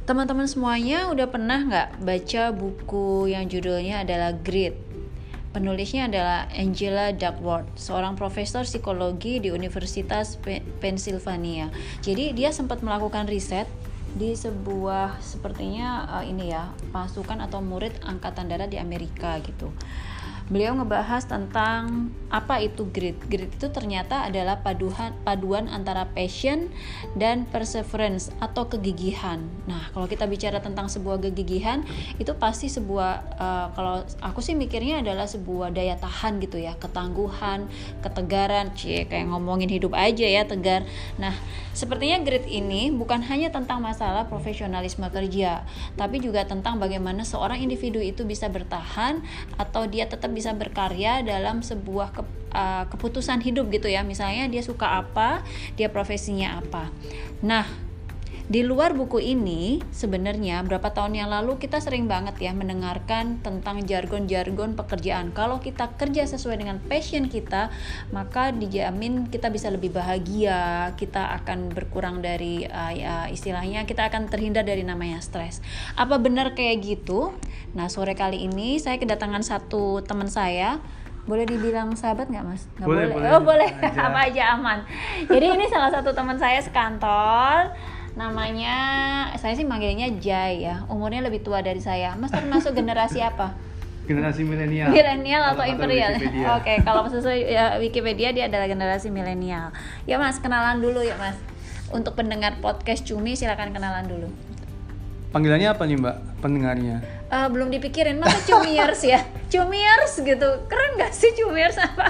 Teman-teman semuanya udah pernah nggak baca buku yang judulnya adalah Grit? Penulisnya adalah Angela Duckworth, seorang profesor psikologi di Universitas Pennsylvania. Jadi dia sempat melakukan riset di sebuah sepertinya pasukan atau murid angkatan darat di Amerika gitu. Beliau ngebahas tentang apa itu grit. Grit itu ternyata adalah paduan antara passion dan perseverance atau kegigihan. Nah, kalau kita bicara tentang sebuah kegigihan, itu pasti sebuah kalau aku sih mikirnya adalah sebuah daya tahan gitu ya, ketangguhan, ketegaran, kayak ngomongin hidup aja ya, tegar. Nah, sepertinya grit ini bukan hanya tentang masalah profesionalisme kerja, tapi juga tentang bagaimana seorang individu itu bisa bertahan atau dia tetap bisa berkarya dalam sebuah keputusan hidup gitu ya. Misalnya dia suka apa, dia profesinya apa. Nah, di luar buku ini sebenarnya berapa tahun yang lalu kita sering banget ya mendengarkan tentang jargon-jargon pekerjaan. Kalau kita kerja sesuai dengan passion kita, maka dijamin kita bisa lebih bahagia, kita akan berkurang dari istilahnya kita akan terhindar dari namanya stres. Apa benar kayak gitu? Nah, sore kali ini saya kedatangan satu teman saya. Boleh dibilang sahabat nggak, Mas? Nggak boleh. Oh, boleh. Apa aja aman. Jadi ini salah satu teman saya sekantor. Namanya, saya sih manggilnya Jai ya. Umurnya lebih tua dari saya. Mas termasuk generasi apa? Generasi milenial. Milenial atau imperial? Oke, kalau sesuai Wikipedia dia adalah generasi milenial. Ya Mas, kenalan dulu ya Mas. Untuk pendengar podcast Cumi silakan kenalan dulu. Panggilannya apa nih Mbak pendengarnya? Belum dipikirin, masa Cumiers ya? Cumiers gitu, keren gak sih Cumiers apa?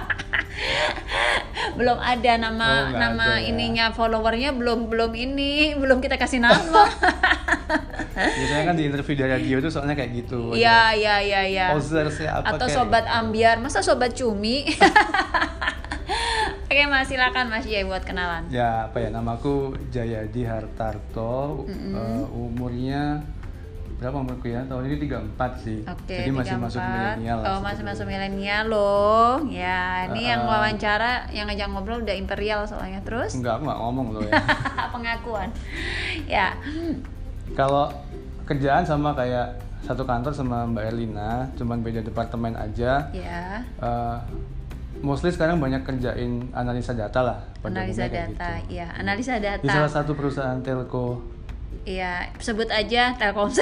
Belum ada nama ada, ininya, followernya belum kita kasih nama. Biasanya kan di interview di radio tuh soalnya kayak gitu. Iya. Posers ya apa atau kayak sobat ambiar, masa sobat Cumi? Oke Mas, silakan Mas Jai buat kenalan. Ya, namaku Jayadi Hartarto. Umurnya berapa umurku ya? Tahun ini 34 sih. Oke, jadi masih 34. Masuk milenial. Oh, masih masuk milenial loh. Ya, ini yang wawancara, yang ngajak ngobrol udah imperial soalnya. Terus? Enggak, aku nggak ngomong loh ya. Pengakuan. Ya. Kalau kerjaan sama kayak satu kantor sama Mbak Erlina, cuman beda departemen aja. Ya. Mostly sekarang banyak kerjain analisa data lah. Analisa data, gitu. Ya, analisa data. Di salah satu perusahaan telco. Iya, sebut aja Telkomsel.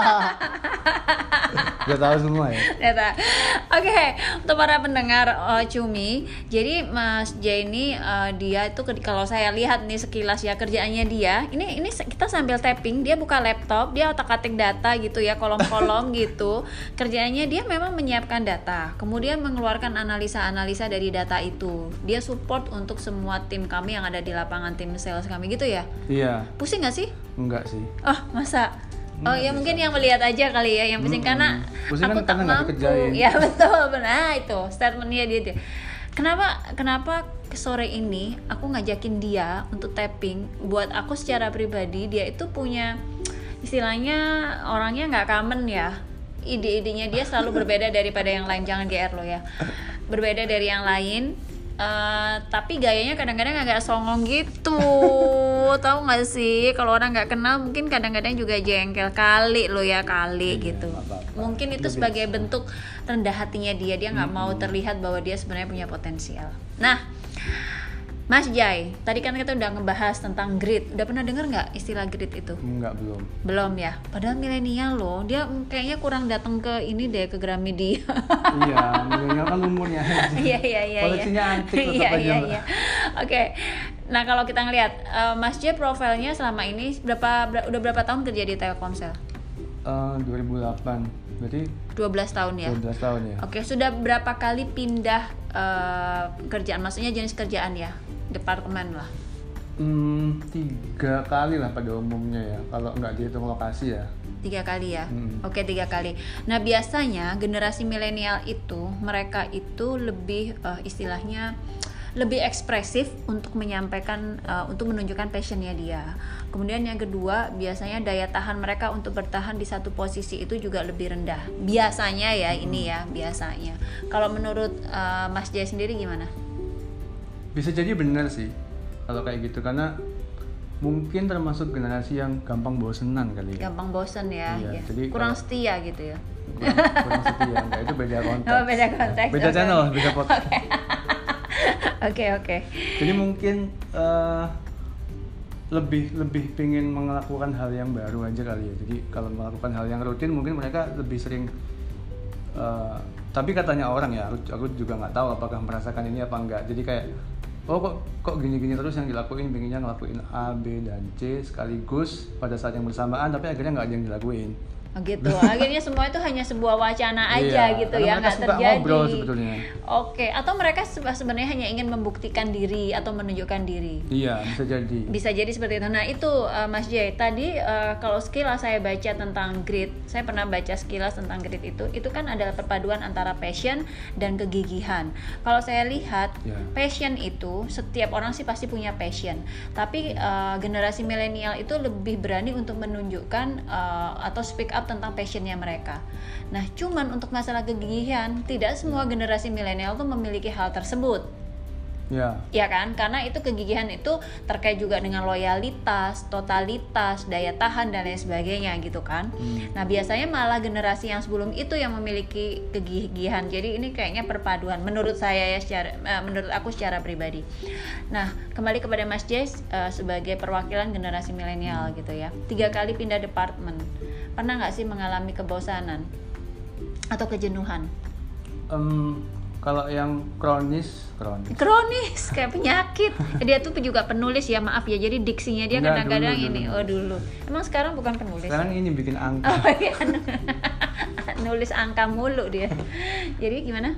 Udah tahu semua ya. Oke, untuk para pendengar Cumi, jadi Mas Jai ini dia itu kalau saya lihat nih sekilas ya kerjaannya dia, ini kita sambil tapping, dia buka laptop, dia otak-atik data gitu ya, kolom-kolom gitu. Kerjaannya dia memang menyiapkan data, kemudian mengeluarkan analisa-analisa dari data itu. Dia support untuk semua tim kami yang ada di lapangan, tim sales kami gitu ya. Iya. Pusing nggak sih? Enggak sih. Oh, masa? Oh ya mungkin yang melihat aja kali ya yang pusing karena pusing aku kan tak mampu. Ya betul, benar itu statementnya dia. Kenapa sore ini aku ngajakin dia untuk tapping? Buat aku secara pribadi dia itu punya istilahnya orangnya nggak common ya. Ide-idenya dia selalu berbeda daripada yang lain, jangan GR lo ya. Berbeda dari yang lain. Tapi gayanya kadang-kadang agak songong gitu. Tahu nggak sih, kalau orang nggak kenal mungkin kadang-kadang juga jengkel kali lo ya gitu. Apa-apa. Mungkin itu sebagai bentuk rendah hatinya dia nggak mau terlihat bahwa dia sebenarnya punya potensial. Nah, Mas Jai, tadi kan kita udah ngebahas tentang grit. Udah pernah dengar nggak istilah grit itu? Enggak, belum. Belum ya? Padahal milenial loh. Dia kayaknya kurang datang ke ini deh, ke Gramedia. Iya, milenial kan umurnya. Iya. Koleksinya antik tetap aja. Iya. Oke. Nah, kalau kita ngelihat Mas Jai profilnya selama ini udah berapa tahun kerja di Telkomsel? 2008. Berarti 12 tahun ya? 12 tahun ya. Oke, sudah berapa kali pindah kerjaan? Maksudnya jenis kerjaan ya? Departemen lah. 3 kali lah pada umumnya ya, kalau nggak dihitung lokasi ya. 3 kali ya. Oke, 3 kali. Nah, biasanya generasi milenial itu mereka itu lebih istilahnya lebih ekspresif untuk menyampaikan untuk menunjukkan passionnya dia. Kemudian yang kedua, biasanya daya tahan mereka untuk bertahan di satu posisi itu juga lebih rendah. Biasanya ya, ini ya biasanya. Kalau menurut Mas Jai sendiri gimana? Bisa jadi benar sih kalau kayak gitu, karena mungkin termasuk generasi yang gampang bosenan kali ya. Gampang bosen ya, Iya, ya. jadi Kurang kalau- setia gitu ya. kurang setia, enggak, itu beda konteks. Oh, beda konteks. Beda Oke. channel, beda podcast. Oke. Jadi mungkin lebih pengen melakukan hal yang baru aja kali ya. Jadi kalau melakukan hal yang rutin mungkin mereka lebih sering. Tapi katanya orang ya, aku juga nggak tahu apakah merasakan ini apa enggak. Jadi kayak, oh kok gini-gini terus yang dilakuin, pengennya ngelakuin A, B, dan C sekaligus pada saat yang bersamaan, tapi akhirnya nggak ada yang dilakuin. Oh gitu. Akhirnya semua itu hanya sebuah wacana aja Iya, gitu karena ya, mereka nggak suka terjadi. ngobrol sebetulnya. Oke, atau mereka sebenarnya hanya ingin membuktikan diri atau menunjukkan diri. Iya, bisa jadi. Bisa jadi seperti itu. Nah itu Mas Jay, tadi kalau sekilas saya baca tentang grit, saya pernah baca sekilas tentang grit itu kan adalah perpaduan antara passion dan kegigihan. Kalau saya lihat, Ya. passion itu setiap orang sih pasti punya passion. Tapi generasi milenial itu lebih berani untuk menunjukkan atau speak up tentang passionnya mereka. Nah cuman untuk masalah kegigihan, tidak semua generasi milenial tuh memiliki hal tersebut. Ya. Ya kan, karena itu kegigihan itu terkait juga dengan loyalitas, totalitas, daya tahan dan lain sebagainya gitu kan. Nah biasanya malah generasi yang sebelum itu yang memiliki kegigihan. Jadi ini kayaknya perpaduan menurut saya ya, menurut aku secara pribadi. Nah kembali kepada Mas Jess sebagai perwakilan generasi milenial gitu ya. 3 kali pindah departemen, pernah nggak sih mengalami kebosanan atau kejenuhan? Kalau yang kronis Kayak penyakit. Dia tuh juga penulis ya, maaf ya, jadi diksinya dia Enggak, kadang-kadang dulu. ini dulu. Emang sekarang bukan penulis? sekarang ini bikin angka. Oh iya, nulis angka mulu dia. Jadi gimana?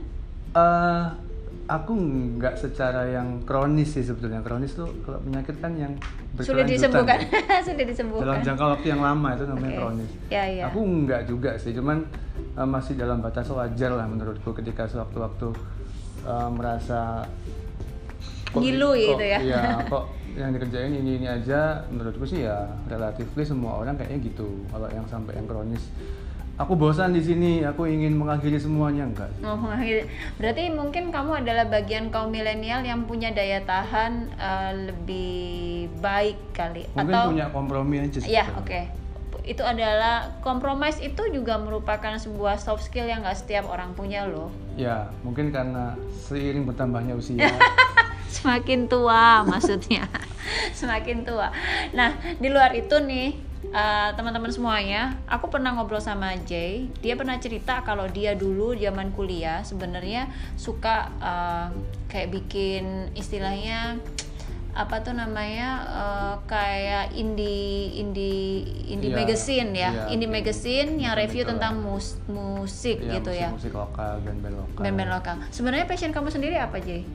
Aku nggak secara yang kronis sih sebetulnya. Kronis tuh kalau penyakit kan yang Sudah berkelanjutan. disembuhkan. Ya. Sudah disembuhkan. Dalam jangka waktu yang lama itu namanya Oke. kronis. Ya. Aku nggak juga sih, cuman masih dalam batas wajar lah menurutku ketika sewaktu-waktu merasa Ngilu gitu ya. Iya, kok yang dikerjain ini aja. Menurutku sih ya relatifly semua orang kayaknya gitu. Kalau yang sampai yang kronis, aku bosan di sini, aku ingin mengakhiri semuanya, enggak sih. Oh, berarti mungkin kamu adalah bagian kaum milenial yang punya daya tahan lebih baik kali. Mungkin atau punya kompromi aja sih. ya, oke. Itu adalah compromise, itu juga merupakan sebuah soft skill yang nggak setiap orang punya loh. Ya, mungkin karena seiring bertambahnya usia. Semakin tua maksudnya. Semakin tua. Nah di luar itu nih teman-teman semuanya, aku pernah ngobrol sama Jay. Dia pernah cerita kalau dia dulu zaman kuliah sebenarnya suka kayak bikin istilahnya apa tuh namanya kayak indie Iya, magazine ya, iya. indie magazine yang review Betul. tentang musik Ya, gitu ya, musik lokal, band-band lokal. band-band lokal. Sebenarnya passion kamu sendiri apa, Jay?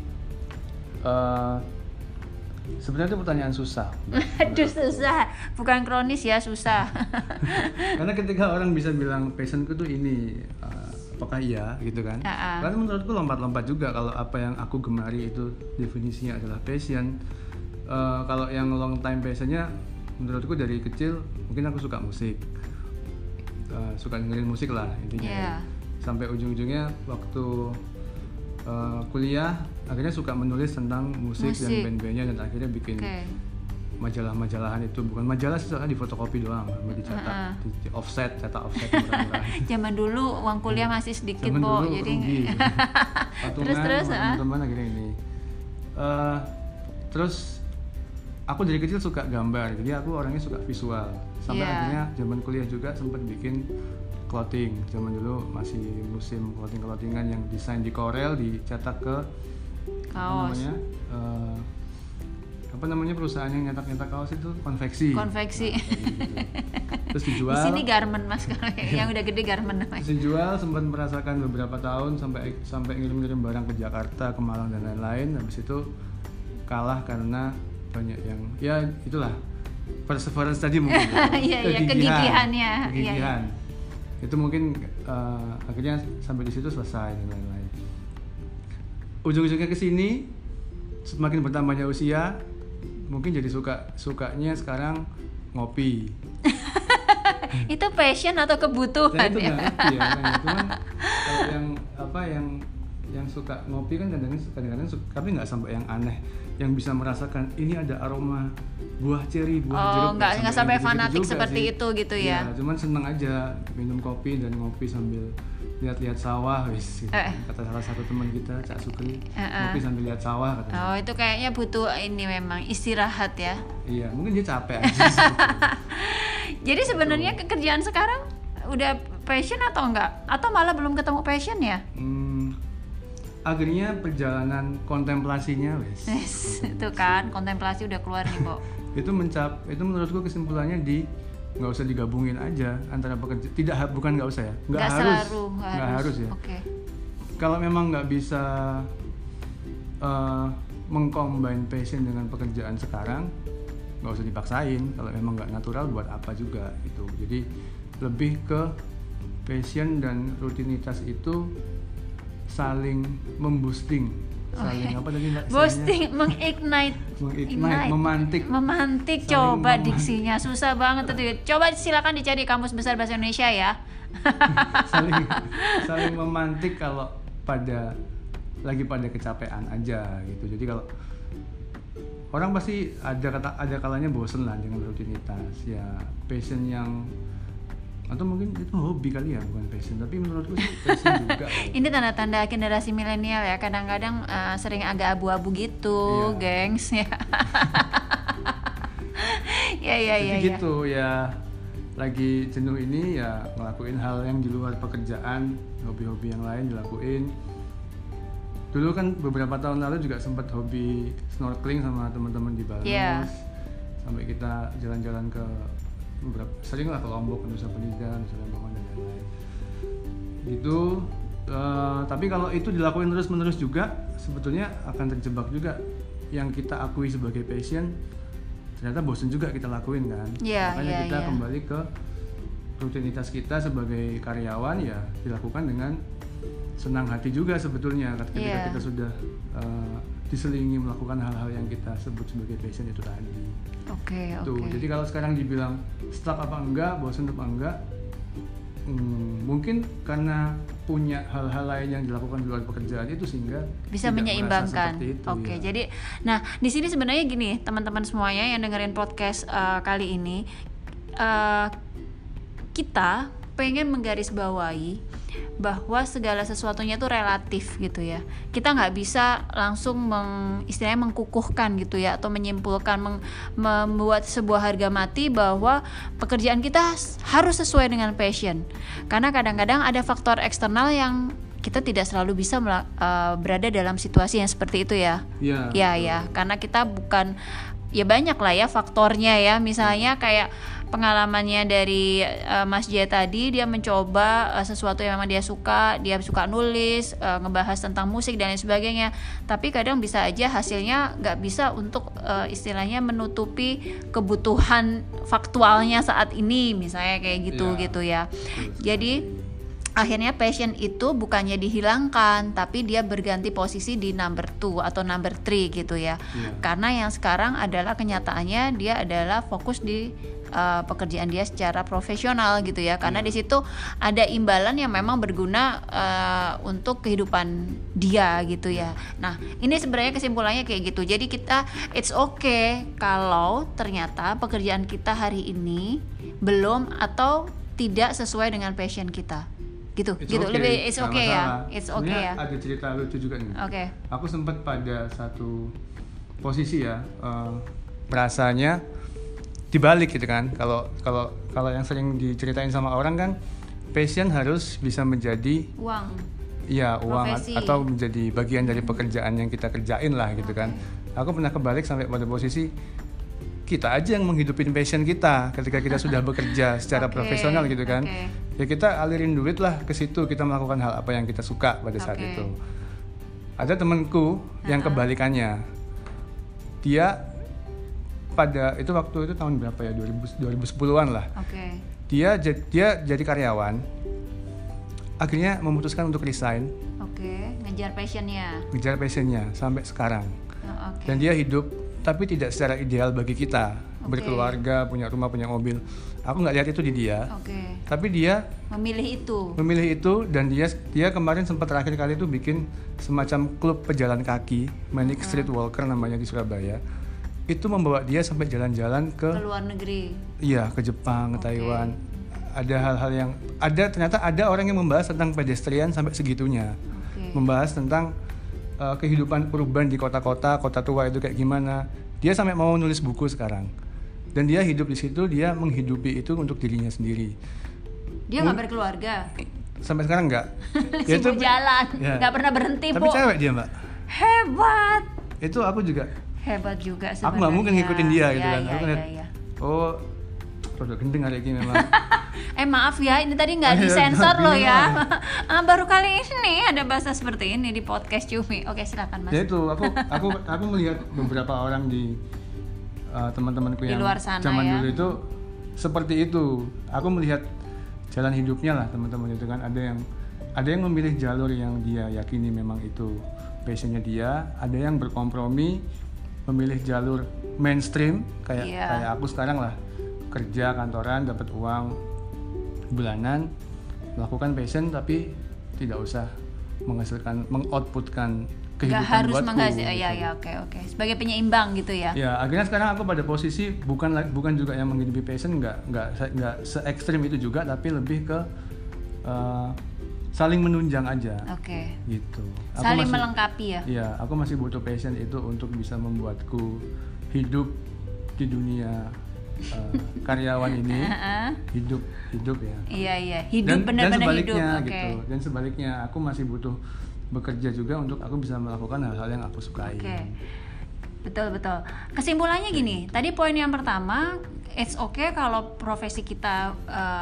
Sebenarnya itu pertanyaan susah. Aduh susah, bukan kronis ya, susah. Karena ketika orang bisa bilang passionku tuh ini, apakah iya gitu kan? Karena menurutku lompat-lompat juga kalau apa yang aku gemari itu definisinya adalah passion. Kalau yang long time passionnya, menurutku dari kecil mungkin aku suka musik, suka dengerin musik lah intinya. Yeah. Sampai ujung-ujungnya waktu kuliah akhirnya suka menulis tentang musik. Dan band-bandnya, dan akhirnya bikin majalah-majalahan itu, bukan majalah sih soalnya difotokopi doang, dicetak, di offset, cetak offset murah-murah. Zaman dulu uang kuliah masih sedikit Zaman kok, dulu jadi rugi. Patungan terus sama teman-teman akhirnya ini. Terus aku dari kecil suka gambar, jadi aku orangnya suka visual. Sampai akhirnya zaman kuliah juga sempat bikin clothing. Zaman dulu masih musim clothingan yang desain di Corel, dicetak ke kaos. Apa namanya perusahaan yang nyetak kaos itu, konveksi. Gitu. Terus dijual. Di sini garment mas, kalau yang udah gede garment namanya. Terus dijual, sempat merasakan beberapa tahun sampai ngirim-ngirim barang ke Jakarta, ke Malang dan lain-lain. Habis itu kalah karena banyak yang ya itulah perseverance tadi mungkin. Iya, kegigihannya. Kegigihan. Itu mungkin akhirnya sampai di situ selesai dan lain-lain. Ujung-ujungnya ke sini, semakin bertambahnya usia, mungkin jadi sukanya sekarang ngopi. Itu passion atau kebutuhan Itu ya? nggak ngerti ya, kan? Cuman kalau yang yang suka ngopi kan kadang-kadang tapi nggak sampai yang aneh, yang bisa merasakan ini ada aroma buah ceri, buah jeruk. Nggak sampai fanatik seperti itu gitu ya. Cuman seneng aja minum kopi dan ngopi sambil lihat-lihat sawah, wis. Gitu. Kata salah satu teman kita, Cak Sukri, ngopi sambil lihat sawah katanya. Oh, itu kayaknya butuh ini memang istirahat ya. Iya, mungkin dia capek aja. Jadi sebenarnya kekerjaan sekarang udah passion atau enggak? Atau malah belum ketemu passion ya? Akhirnya perjalanan kontemplasinya wes. Itu kan kontemplasi udah keluar nih kok. itu menurutku kesimpulannya nggak usah digabungin aja antara pekerja, bukan nggak usah ya, nggak harus ya. Okay. Kalau memang nggak bisa mengcombine passion dengan pekerjaan sekarang, nggak usah dipaksain. Kalau memang nggak natural, buat apa juga itu. Jadi lebih ke passion dan rutinitas itu saling memboosting, apa tadi Mbak? Boosting, mengignite, memantik. Coba diksinya susah banget itu. Coba silakan dicari Kamus Besar Bahasa Indonesia ya. saling memantik kalau lagi pada kecapean aja gitu. Jadi kalau orang pasti ada kalanya bosen lah dengan rutinitas ya, passion yang, atau mungkin itu hobi kali ya, bukan passion, tapi menurutku sih passion juga. Ini tanda-tanda generasi milenial ya, kadang-kadang sering agak abu-abu gitu, gengs ya. ya. Gitu ya, lagi jenuh ini ya ngelakuin hal yang di luar pekerjaan, hobi-hobi yang lain dilakuin. Dulu kan beberapa tahun lalu juga sempat hobi snorkeling sama teman-teman di Balos, sampai kita jalan-jalan ke sering lah ke Lombok, Nusa Penida, Nusa Lembongan dan lain-lain gitu. Tapi kalau itu dilakuin terus-menerus juga sebetulnya akan terjebak juga. Yang kita akui sebagai passion ternyata bosen juga kita lakuin kan. Makanya kita kembali ke rutinitas kita sebagai karyawan ya, dilakukan dengan senang hati juga sebetulnya ketika kita sudah diselingi melakukan hal-hal yang kita sebut sebagai passion itu tadi. Oke. Jadi kalau sekarang dibilang stuck apa enggak, bosan apa enggak, mungkin karena punya hal-hal lain yang dilakukan di luar pekerjaan itu sehingga bisa menyeimbangkan. Oke. Jadi, nah di sini sebenarnya gini teman-teman semuanya yang dengerin podcast kali ini, kita pengen menggarisbawahi bahwa segala sesuatunya itu relatif gitu ya. Kita nggak bisa langsung istilahnya mengkukuhkan gitu ya, atau menyimpulkan, membuat sebuah harga mati bahwa pekerjaan kita harus sesuai dengan passion. Karena kadang-kadang ada faktor eksternal yang kita tidak selalu bisa berada dalam situasi yang seperti itu ya. Ya, karena kita bukan, ya banyak lah ya faktornya ya. Misalnya kayak pengalamannya dari Mas Jaya tadi, dia mencoba sesuatu yang memang dia suka nulis, ngebahas tentang musik dan lain sebagainya, tapi kadang bisa aja hasilnya nggak bisa untuk istilahnya menutupi kebutuhan faktualnya saat ini, misalnya kayak gitu ya. Jadi akhirnya passion itu bukannya dihilangkan, tapi dia berganti posisi di number 2 atau number 3 gitu ya. Karena yang sekarang adalah kenyataannya dia adalah fokus di pekerjaan dia secara profesional gitu ya. Karena di situ ada imbalan yang memang berguna untuk kehidupan dia gitu ya. Nah, ini sebenarnya kesimpulannya kayak gitu. Jadi kita it's okay kalau ternyata pekerjaan kita hari ini belum atau tidak sesuai dengan passion kita. Gitu. Lebih it's okay ya. It's okay ya. Ada cerita lucu juga nih. Oke. Aku sempat pada satu posisi ya, rasanya dibalik gitu kan. Kalau yang sering diceritain sama orang kan, passion harus bisa menjadi uang. Iya, uang atau menjadi bagian dari pekerjaan yang kita kerjain lah gitu kan. Aku pernah kebalik sampai pada posisi kita aja yang menghidupin passion kita ketika kita sudah bekerja secara profesional gitu kan. Ya kita alirin duit lah ke situ, kita melakukan hal apa yang kita suka pada saat itu. Ada temanku yang kebalikannya. Dia pada itu waktu itu tahun berapa ya, 2010-an lah. Dia jadi karyawan, akhirnya memutuskan untuk resign. Ngejar passionnya sampai sekarang. Dan dia hidup tapi tidak secara ideal bagi kita berkeluarga, punya rumah, punya mobil. Aku nggak lihat itu di dia. Tapi dia memilih itu dan dia kemarin sempat terakhir kali itu bikin semacam klub pejalan kaki, Manic Street Walker namanya di Surabaya. Itu membawa dia sampai jalan-jalan ke luar negeri. Iya, ke Jepang, ke Taiwan. Ada hal-hal yang ternyata ada orang yang membahas tentang pedestrian sampai segitunya. Membahas tentang kehidupan urban di kota-kota, kota tua itu kayak gimana. Dia sampai mau nulis buku sekarang. Dan dia hidup di situ, dia menghidupi itu untuk dirinya sendiri. Dia nggak berkeluarga? Sampai sekarang nggak. Sibuk jalan, nggak pernah berhenti. Tapi cewek dia, Mbak. Hebat. Itu aku juga. Hebat juga sebenarnya. Aku nggak mungkin ngikutin dia gitu kan. Aku lihat, oh, produk gendeng hari ini memang. Maaf ya, ini tadi nggak disensor loh ya. Baru kali ini ada bahasa seperti ini di podcast Cumi. Oke, silakan Mas. Ya itu, aku melihat beberapa orang di teman-temanku yang luar sana, zaman ya. dulu itu seperti itu. Aku melihat jalan hidupnya lah teman-teman itu kan. Ada yang memilih jalur yang dia yakini memang itu passionnya dia. Ada yang berkompromi memilih jalur mainstream kayak aku sekarang lah, kerja kantoran, dapat uang bulanan, melakukan passion tapi tidak usah mengoutputkan kehidupan gak harus buatku. Oke. Sebagai penyeimbang gitu ya. Ya, akhirnya sekarang aku pada posisi bukan juga yang menghidupi passion, nggak se ekstrim itu juga, tapi lebih ke saling menunjang aja. Gitu. Saling melengkapi ya. Iya, aku masih butuh passion itu untuk bisa membuatku hidup di dunia karyawan ini. hidup ya. Iya. Hidup benar-benar hidup. Gitu. Dan sebaliknya, aku masih butuh bekerja juga untuk aku bisa melakukan hal-hal yang aku sukai. Betul. Kesimpulannya gini, tadi poin yang pertama, it's okay kalau profesi kita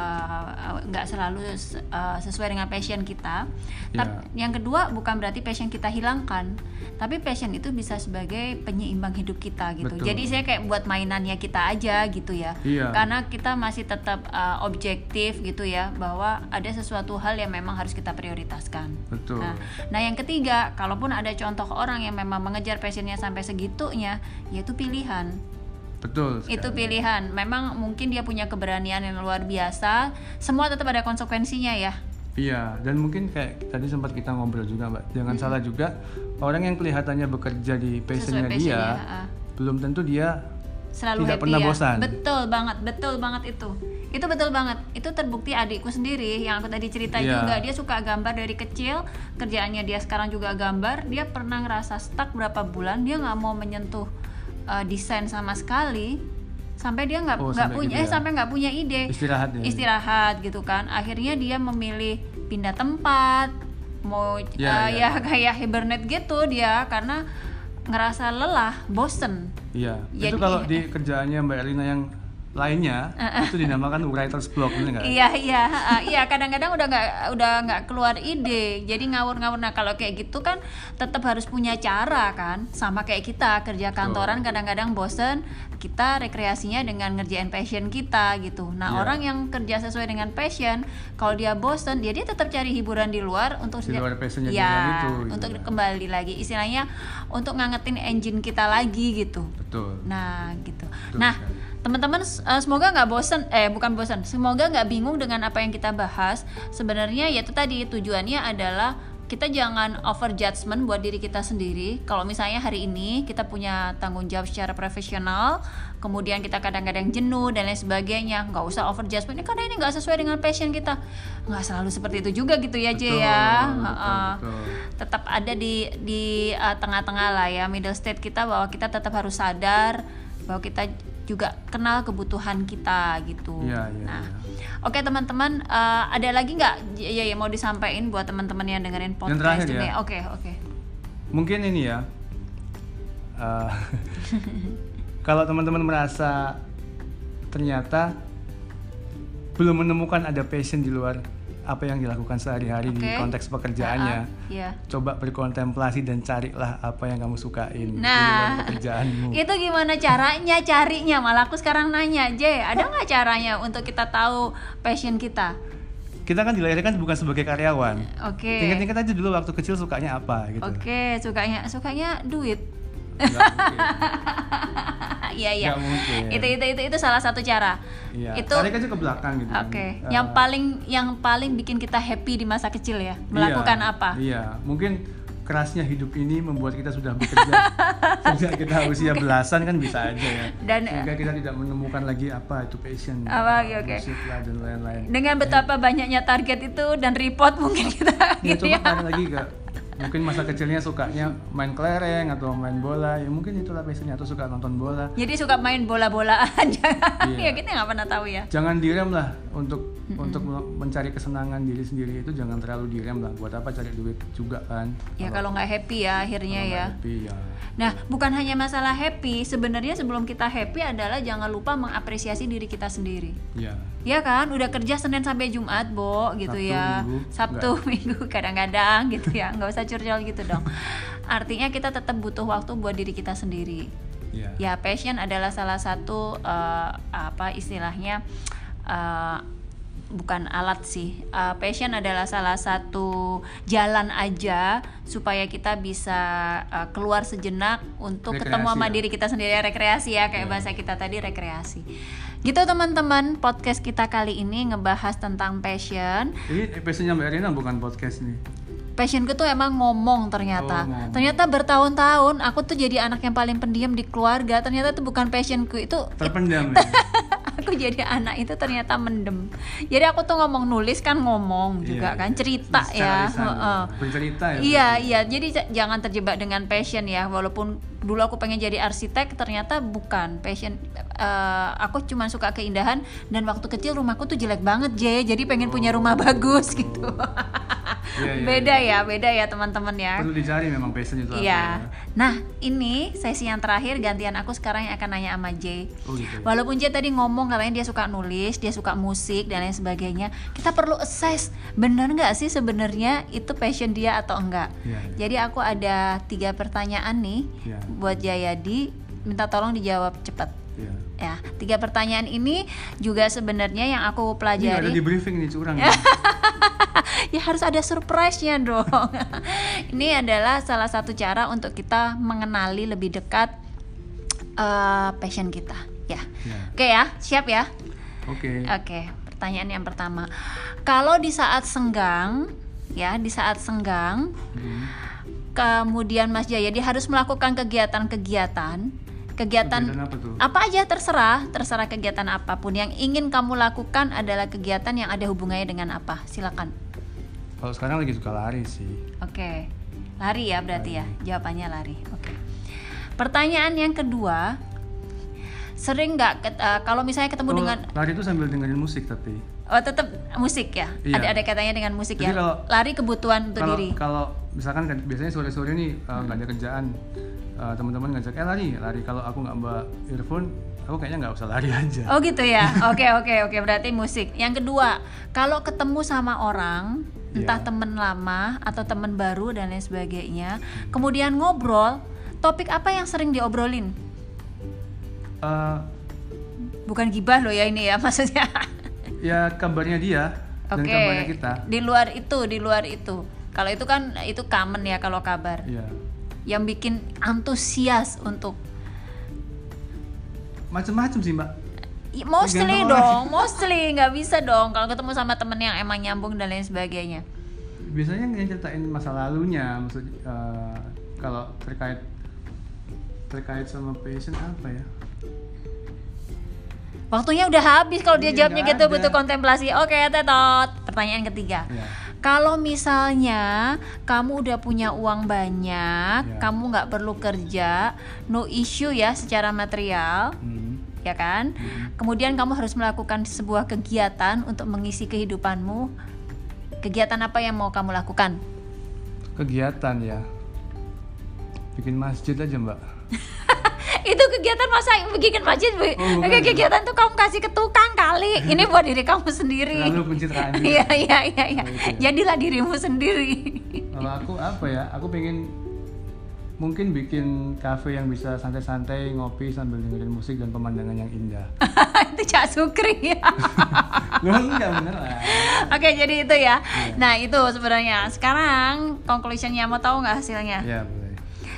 nggak selalu sesuai dengan passion kita. Yang kedua, bukan berarti passion kita hilangkan, tapi passion itu bisa sebagai penyeimbang hidup kita gitu. Betul. Jadi saya kayak buat mainannya kita aja gitu ya. Karena kita masih tetap objektif gitu ya, bahwa ada sesuatu hal yang memang harus kita prioritaskan. Betul. Nah yang ketiga, kalaupun ada contoh orang yang memang mengejar passionnya sampai segitunya, yaitu pilihan. Betul sekali. Itu pilihan. Memang mungkin dia punya keberanian yang luar biasa. Semua tetap ada konsekuensinya ya. Iya, dan mungkin kayak tadi sempat kita ngobrol juga, Mbak. Jangan salah juga, orang yang kelihatannya bekerja di passionnya dia, belum tentu dia selalu tidak pernah bosan. Betul banget itu. Itu betul banget. Itu terbukti adikku sendiri yang aku tadi cerita juga. Dia suka gambar dari kecil, kerjaannya dia sekarang juga gambar. Dia pernah ngerasa stuck berapa bulan, dia nggak mau menyentuh desain sama sekali, sampai dia nggak punya ide. Istirahat gitu kan. Akhirnya dia memilih pindah tempat, mau kayak hibernate gitu dia, karena ngerasa lelah, bosen. Itu kalau di kerjaannya Mbak Erlina yang lainnya itu dinamakan writer's block, benar nggak? Iya, kadang-kadang udah nggak keluar ide, jadi ngawur-ngawur. Nah kalau kayak gitu kan tetap harus punya cara kan, sama kayak kita kerja kantoran kadang-kadang bosen, kita rekreasinya dengan ngerjain passion kita gitu. Nah orang yang kerja sesuai dengan passion, kalau dia bosen, dia tetap cari hiburan di luar untuk passionnya itu, untuk kembali lagi, istilahnya untuk ngangetin engine kita lagi gitu. Betul. Nah gitu. Nah teman-teman semoga nggak semoga nggak bingung dengan apa yang kita bahas. Sebenarnya ya itu tadi, tujuannya adalah kita jangan over judgment buat diri kita sendiri. Kalau misalnya hari ini kita punya tanggung jawab secara profesional, kemudian kita kadang-kadang jenuh dan lain sebagainya, nggak usah over judgment karena ini nggak sesuai dengan passion kita. Nggak selalu seperti itu juga gitu ya, J ya. Betul. Tetap ada di tengah-tengah lah ya, middle state kita, bahwa kita tetap harus sadar bahwa kita juga kenal kebutuhan kita gitu. Oke teman-teman, ada lagi nggak ya mau disampaikan buat teman-teman yang dengerin podcast ini? Oke. Mungkin ini ya, kalau teman-teman merasa ternyata belum menemukan ada passion di luar apa yang dilakukan sehari-hari di konteks pekerjaannya, coba berkontemplasi dan carilah apa yang kamu sukain di luar pekerjaanmu. Itu gimana caranya carinya? Malah aku sekarang nanya, J, ada nggak caranya untuk kita tahu passion kita? Kita kan dilahirkan bukan sebagai karyawan. Ingat-ingat aja dulu waktu kecil sukanya apa gitu. Sukanya duit. Nggak mungkin. Iya. Nggak mungkin. Itu salah satu cara. Iya. Itu tarik aja ke belakang gitu. Oke. Yang paling bikin kita happy di masa kecil ya, melakukan apa? Iya, mungkin kerasnya hidup ini membuat kita sudah bekerja sejak kita usia belasan kan bisa aja ya. Dan sehingga kita tidak menemukan lagi apa itu passion, musik lah dan lain-lain. Dengan betapa banyaknya target itu dan report mungkin kita gitu ya. Coba lagi Kak. Mungkin masa kecilnya sukanya main kelereng atau main bola, ya mungkin itulah passionnya, atau suka nonton bola. Jadi suka main bola-bolaan, ya kita nggak pernah tahu ya. Jangan direm lah untuk mencari kesenangan diri sendiri itu, jangan terlalu direm lah. Buat apa cari duit juga kan? Ya kalau nggak happy ya akhirnya ya. Happy, ya. Nah bukan hanya masalah happy, sebenarnya sebelum kita happy adalah jangan lupa mengapresiasi diri kita sendiri. Iya. Ya kan, udah kerja Senin sampai Jumat, Bo, gitu Sabtu, ya. Sabtu, Minggu, kadang-kadang gitu ya. Nggak usah curcol gitu dong. Artinya kita tetap butuh waktu buat diri kita sendiri. Ya, passion adalah salah satu istilahnya bukan alat sih. Passion adalah salah satu jalan aja supaya kita bisa keluar sejenak untuk rekreasi, ketemu sama diri kita sendiri, rekreasi ya, kayak bahasa kita tadi, rekreasi. Gitu teman-teman, podcast kita kali ini ngebahas tentang passion. Ini passionnya Mbak Erina bukan podcast nih. Passionku tuh emang ngomong ternyata. Ternyata bertahun-tahun aku tuh jadi anak yang paling pendiam di keluarga. Ternyata itu bukan passionku, itu terpendam ya. Aku jadi anak itu ternyata mendem. Jadi aku tuh nulis kan ngomong juga kan, cerita ya. Bercerita ya. Iya. Jadi jangan terjebak dengan passion ya. Walaupun dulu aku pengen jadi arsitek, ternyata bukan passion. Aku cuma suka keindahan, dan waktu kecil rumahku tuh jelek banget, jadi pengen punya rumah bagus gitu. Beda ya teman-teman ya. Perlu dicari memang passion itu apa ya. Nah ini sesi yang terakhir, gantian aku sekarang yang akan nanya sama Jay. Gitu. Walaupun Jay tadi ngomong katanya dia suka nulis, dia suka musik dan lain sebagainya, kita perlu assess benar nggak sih sebenarnya itu passion dia atau enggak. Jadi aku ada 3 pertanyaan nih buat Jayadi, minta tolong dijawab cepat. Ya, 3 pertanyaan ini juga sebenarnya yang aku pelajari. Ini ada di briefing nih, curang. Ya harus ada surprise-nya dong. Ini adalah salah satu cara untuk kita mengenali lebih dekat passion kita. Ya. Oke ya, siap ya? Oke, pertanyaan yang pertama. Kalau di saat senggang, kemudian Mas Jayadi harus melakukan kegiatan apa aja, terserah kegiatan apapun yang ingin kamu lakukan adalah kegiatan yang ada hubungannya dengan apa, silakan. Kalau sekarang lagi suka lari sih. Oke. Lari ya berarti ya, jawabannya lari. Oke. Pertanyaan yang kedua, sering nggak kalau misalnya ketemu dengan lari itu sambil dengerin musik tapi tetap musik ya? Iya. Ada katanya dengan musik. Jadi ya. Lari kebutuhan untuk diri. Kalau misalkan biasanya sore-sore nih nggak ada kerjaan, teman-teman ngajak lari. Kalau aku nggak bawa earphone, aku kayaknya nggak usah lari aja. Oh gitu ya. Oke, berarti musik. Yang kedua, kalau ketemu sama orang, entah teman lama atau teman baru dan lain sebagainya, kemudian ngobrol, topik apa yang sering diobrolin? Bukan gibah loh ya ini ya, maksudnya. Ya kabarnya dia dan kabarnya kita. Di luar itu. Kalau itu kan itu common ya kalau kabar. Iya. Yang bikin antusias untuk macam-macam sih Mbak. Mostly nggak bisa dong kalau ketemu sama temen yang emang nyambung dan lain sebagainya. Biasanya ngeceritain masa lalunya, kalau terkait sama passion apa ya? Waktunya udah habis kalau dia jawabnya gitu, butuh kontemplasi. Oke, Tetot. Pertanyaan ketiga. Kalau misalnya kamu udah punya uang banyak, kamu nggak perlu kerja, no issue ya secara material, ya kan? Kemudian kamu harus melakukan sebuah kegiatan untuk mengisi kehidupanmu. Kegiatan apa yang mau kamu lakukan? Kegiatan ya, bikin masjid aja Mbak. Itu kegiatan masa bikin masjid? Kegiatan tuh kamu kasih ke tukang kali. Ini buat diri kamu sendiri. Lalu pencitraan. Iya. Jadilah dirimu sendiri. Kalau aku apa ya? Aku pengen mungkin bikin kafe yang bisa santai-santai ngopi sambil dengerin musik dan pemandangan yang indah. Itu Cak Sukri ya. Loh enggak beneran. Oke, jadi itu ya. Nah itu sebenarnya. Sekarang conclusionnya mau tahu nggak hasilnya? Iya boleh.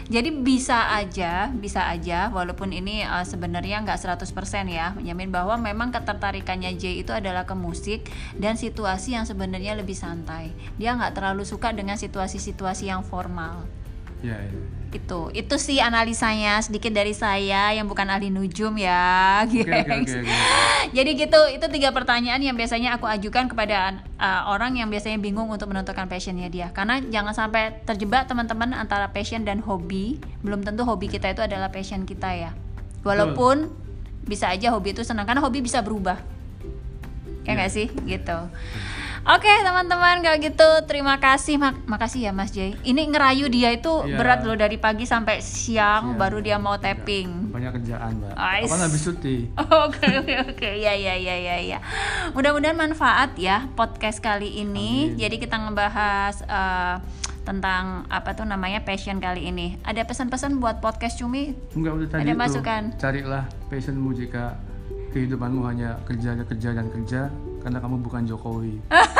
Jadi bisa aja walaupun ini sebenarnya nggak 100% ya, menjamin bahwa memang ketertarikannya J itu adalah ke musik dan situasi yang sebenarnya lebih santai. Dia nggak terlalu suka dengan situasi-situasi yang formal. Ya. Itu sih analisanya sedikit dari saya yang bukan ahli nujum ya, gengs. Okay. Jadi gitu, itu 3 pertanyaan yang biasanya aku ajukan kepada orang yang biasanya bingung untuk menentukan passionnya dia. Karena jangan sampai terjebak teman-teman antara passion dan hobi. Belum tentu hobi kita itu adalah passion kita ya. Walaupun bisa aja hobi itu senang, karena hobi bisa berubah. Kayak nggak sih, gitu. Oke teman-teman, kalau gitu terima kasih, makasih ya Mas Jay. Ini ngerayu dia itu berat loh, dari pagi sampai siang baru dia mau tapping. Banyak kerjaan Mbak. Kapan habis cuti? Oke. Ya. Mudah-mudahan manfaat ya podcast kali ini. Amin. Jadi kita ngebahas tentang passion kali ini. Ada pesan-pesan buat podcast Cumi? Enggak, udah tadi. Ada masukan? Carilah passionmu jika kehidupanmu hanya kerja dan kerja, karena kamu bukan Jokowi.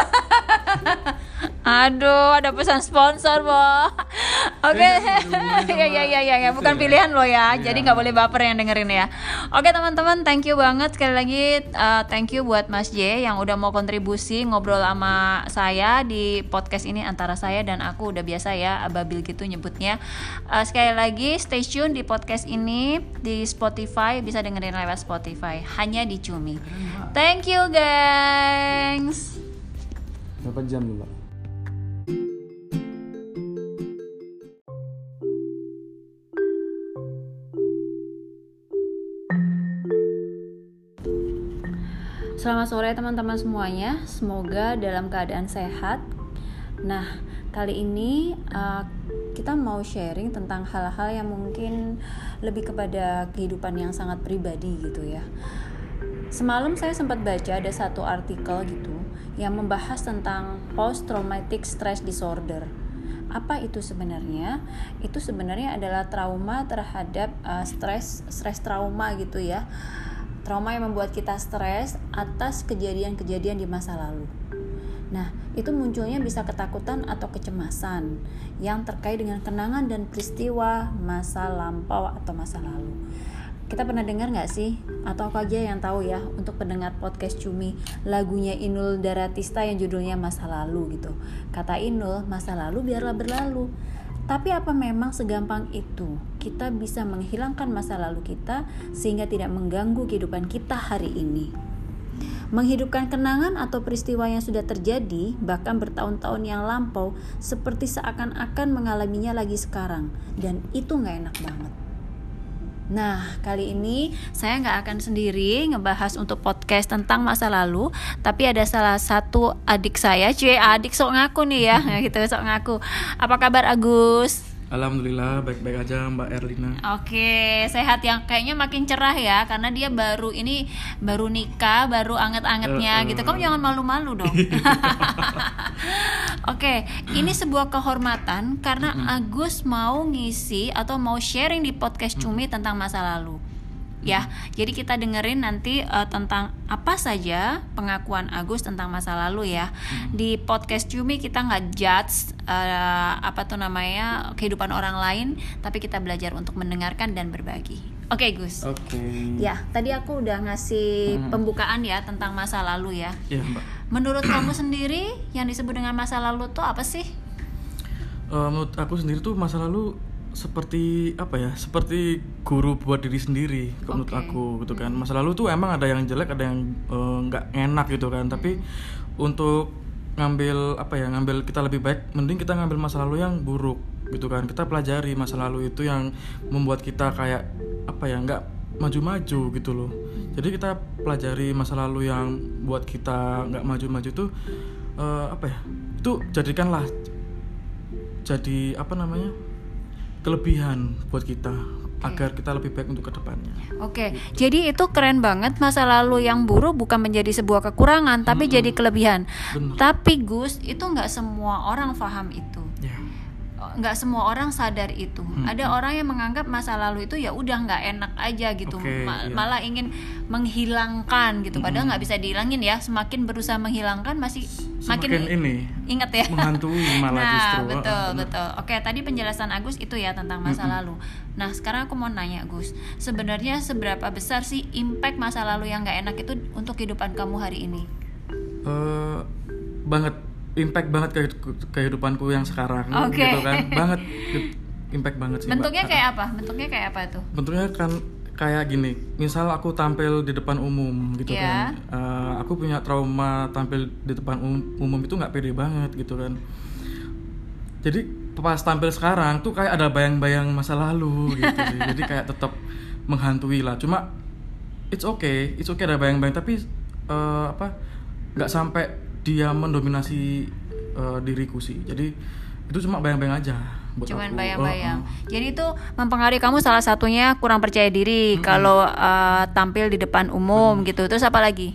Aduh, ada pesan sponsor, Bo. Oke. Ya, bukan pilihan lo ya. Jadi nggak boleh baper yang dengerin ya. Oke, teman-teman, thank you banget sekali lagi. Thank you buat Mas J yang udah mau kontribusi ngobrol sama saya di podcast ini. Antara saya dan aku udah biasa ya, ababil gitu nyebutnya. Sekali lagi stay tune di podcast ini di Spotify, bisa dengerin lewat Spotify. Hanya di Cumi. Thank you, gengs. Berapa jam nih, Mbak? Selamat sore teman-teman semuanya, semoga dalam keadaan sehat. Nah, kali ini kita mau sharing tentang hal-hal yang mungkin lebih kepada kehidupan yang sangat pribadi gitu ya. Semalam saya sempat baca ada satu artikel gitu yang membahas tentang post traumatic stress disorder. Apa itu sebenarnya? Itu sebenarnya adalah trauma terhadap stres trauma gitu ya. Trauma yang membuat kita stres atas kejadian-kejadian di masa lalu. Nah, itu munculnya bisa ketakutan atau kecemasan yang terkait dengan kenangan dan peristiwa masa lampau atau masa lalu. Kita pernah dengar nggak sih? Atau apa aja yang tahu ya, untuk pendengar podcast Cumi, lagunya Inul Daratista yang judulnya Masa Lalu gitu. Kata Inul, masa lalu biarlah berlalu. Tapi apa memang segampang itu kita bisa menghilangkan masa lalu kita sehingga tidak mengganggu kehidupan kita hari ini? Menghidupkan kenangan atau peristiwa yang sudah terjadi bahkan bertahun-tahun yang lampau seperti seakan-akan mengalaminya lagi sekarang, dan itu gak enak banget. Nah, kali ini saya nggak akan sendiri ngebahas untuk podcast tentang masa lalu, tapi ada salah satu adik saya, adik sok ngaku nih ya, gitu sok ngaku. Apa kabar Agus? Alhamdulillah baik-baik aja Mbak Erlina. Oke, sehat, yang kayaknya makin cerah ya, karena dia baru nikah, baru anget-angetnya gitu. Kamu jangan malu-malu dong. Oke, ini sebuah kehormatan karena Agus mau ngisi atau mau sharing di podcast Cumi tentang masa lalu. Ya, jadi kita dengerin nanti tentang apa saja pengakuan Agus tentang masa lalu ya. Di podcast Cumi kita nggak judge kehidupan orang lain, tapi kita belajar untuk mendengarkan dan berbagi. Oke, Gus. Oke. Ya, tadi aku udah ngasih pembukaan ya tentang masa lalu ya. Iya, Mbak. Menurut kamu sendiri yang disebut dengan masa lalu tuh apa sih? Menurut aku sendiri tuh masa lalu seperti seperti guru buat diri sendiri. Menurut aku gitu kan. Masa lalu tuh emang ada yang jelek, ada yang nggak enak gitu kan. Tapi untuk ngambil kita lebih baik, mending kita ngambil masa lalu yang buruk gitu kan. Kita pelajari masa lalu itu yang membuat kita kayak nggak maju-maju gitu loh. Jadi kita pelajari masa lalu yang buat kita nggak maju-maju tuh itu jadikanlah jadi kelebihan buat kita agar kita lebih baik untuk kedepannya. Oke. Jadi itu keren banget, masa lalu yang buruk bukan menjadi sebuah kekurangan, tapi jadi kelebihan. Bener. Tapi Gus, itu nggak semua orang paham itu. Yeah. nggak semua orang sadar itu. Ada orang yang menganggap masa lalu itu ya udah nggak enak aja gitu, malah ingin menghilangkan gitu. Padahal nggak bisa dihilangin ya. Semakin berusaha menghilangkan makin ini ingat ya, menghantui malah justru. Betul. Oke, tadi penjelasan Agus itu ya tentang masa lalu. Nah sekarang aku mau nanya Gus, sebenarnya seberapa besar sih impact masa lalu yang nggak enak itu untuk kehidupan kamu hari ini? Banget, impact banget ke kehidupanku yang sekarang, gitu kan, banget, impact banget sih. Bentuknya kayak apa? Bentuknya kayak apa tuh? Bentuknya kan kayak gini, misal aku tampil di depan umum gitu kan, aku punya trauma tampil di depan umum itu nggak pede banget gitu kan. Jadi pas tampil sekarang tuh kayak ada bayang-bayang masa lalu gitu sih. Jadi kayak tetap menghantui lah. Cuma it's okay ada bayang-bayang, tapi nggak sampai dia mendominasi diriku sih. Jadi itu cuma bayang-bayang aja buat cuman aku. Bayang-bayang. Jadi itu mempengaruhi kamu, salah satunya kurang percaya diri kalau tampil di depan umum gitu. Terus apa lagi?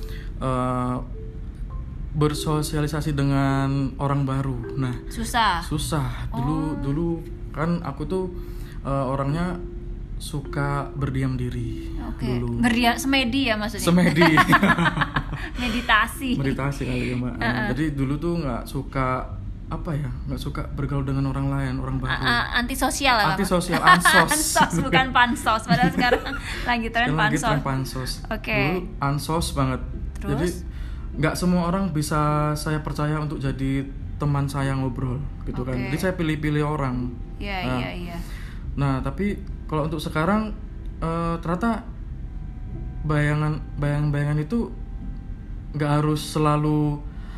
Bersosialisasi dengan orang baru. Nah, susah. Dulu kan aku tuh orangnya suka berdiam diri. Dulu. Semedi ya maksudnya? Semedi. Meditasi kali ya Mbak. Jadi dulu tuh nggak suka bergaul dengan orang lain, orang baru. Antisosial lah. Ansos. Ansos bukan pansos. Padahal sekarang lagi tren pansos. Oke. Dulu ansos banget. Terus? Jadi nggak semua orang bisa saya percaya untuk jadi teman saya ngobrol gitu kan. Jadi saya pilih-pilih orang. Iya. Nah tapi kalau untuk sekarang ternyata bayangan itu nggak harus selalu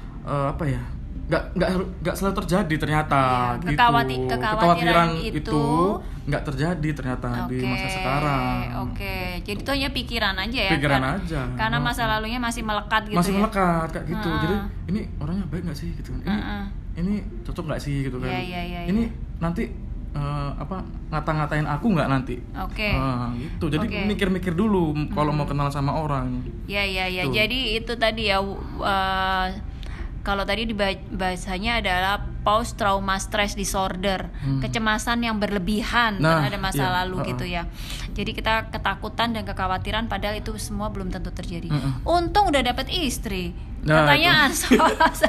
nggak selalu terjadi ternyata. Gitu. Kekhawatiran itu nggak terjadi ternyata di masa sekarang. Jadi itu hanya pikiran aja ya. Karena masa lalunya masih melekat gitu. Masih melekat kayak gitu. Jadi ini orangnya baik nggak sih gitu kan? Ini cocok nggak sih gitu kan? Ini nanti ngata-ngatain aku nggak nanti? Gitu. Jadi mikir-mikir dulu kalau mau kenal sama orang. Iya. Jadi itu tadi ya. Kalau tadi bahasanya adalah post trauma stress disorder, kecemasan yang berlebihan terhadap masa lalu gitu ya. Jadi kita ketakutan dan kekhawatiran padahal itu semua belum tentu terjadi. Untung udah dapet istri, katanya ansos.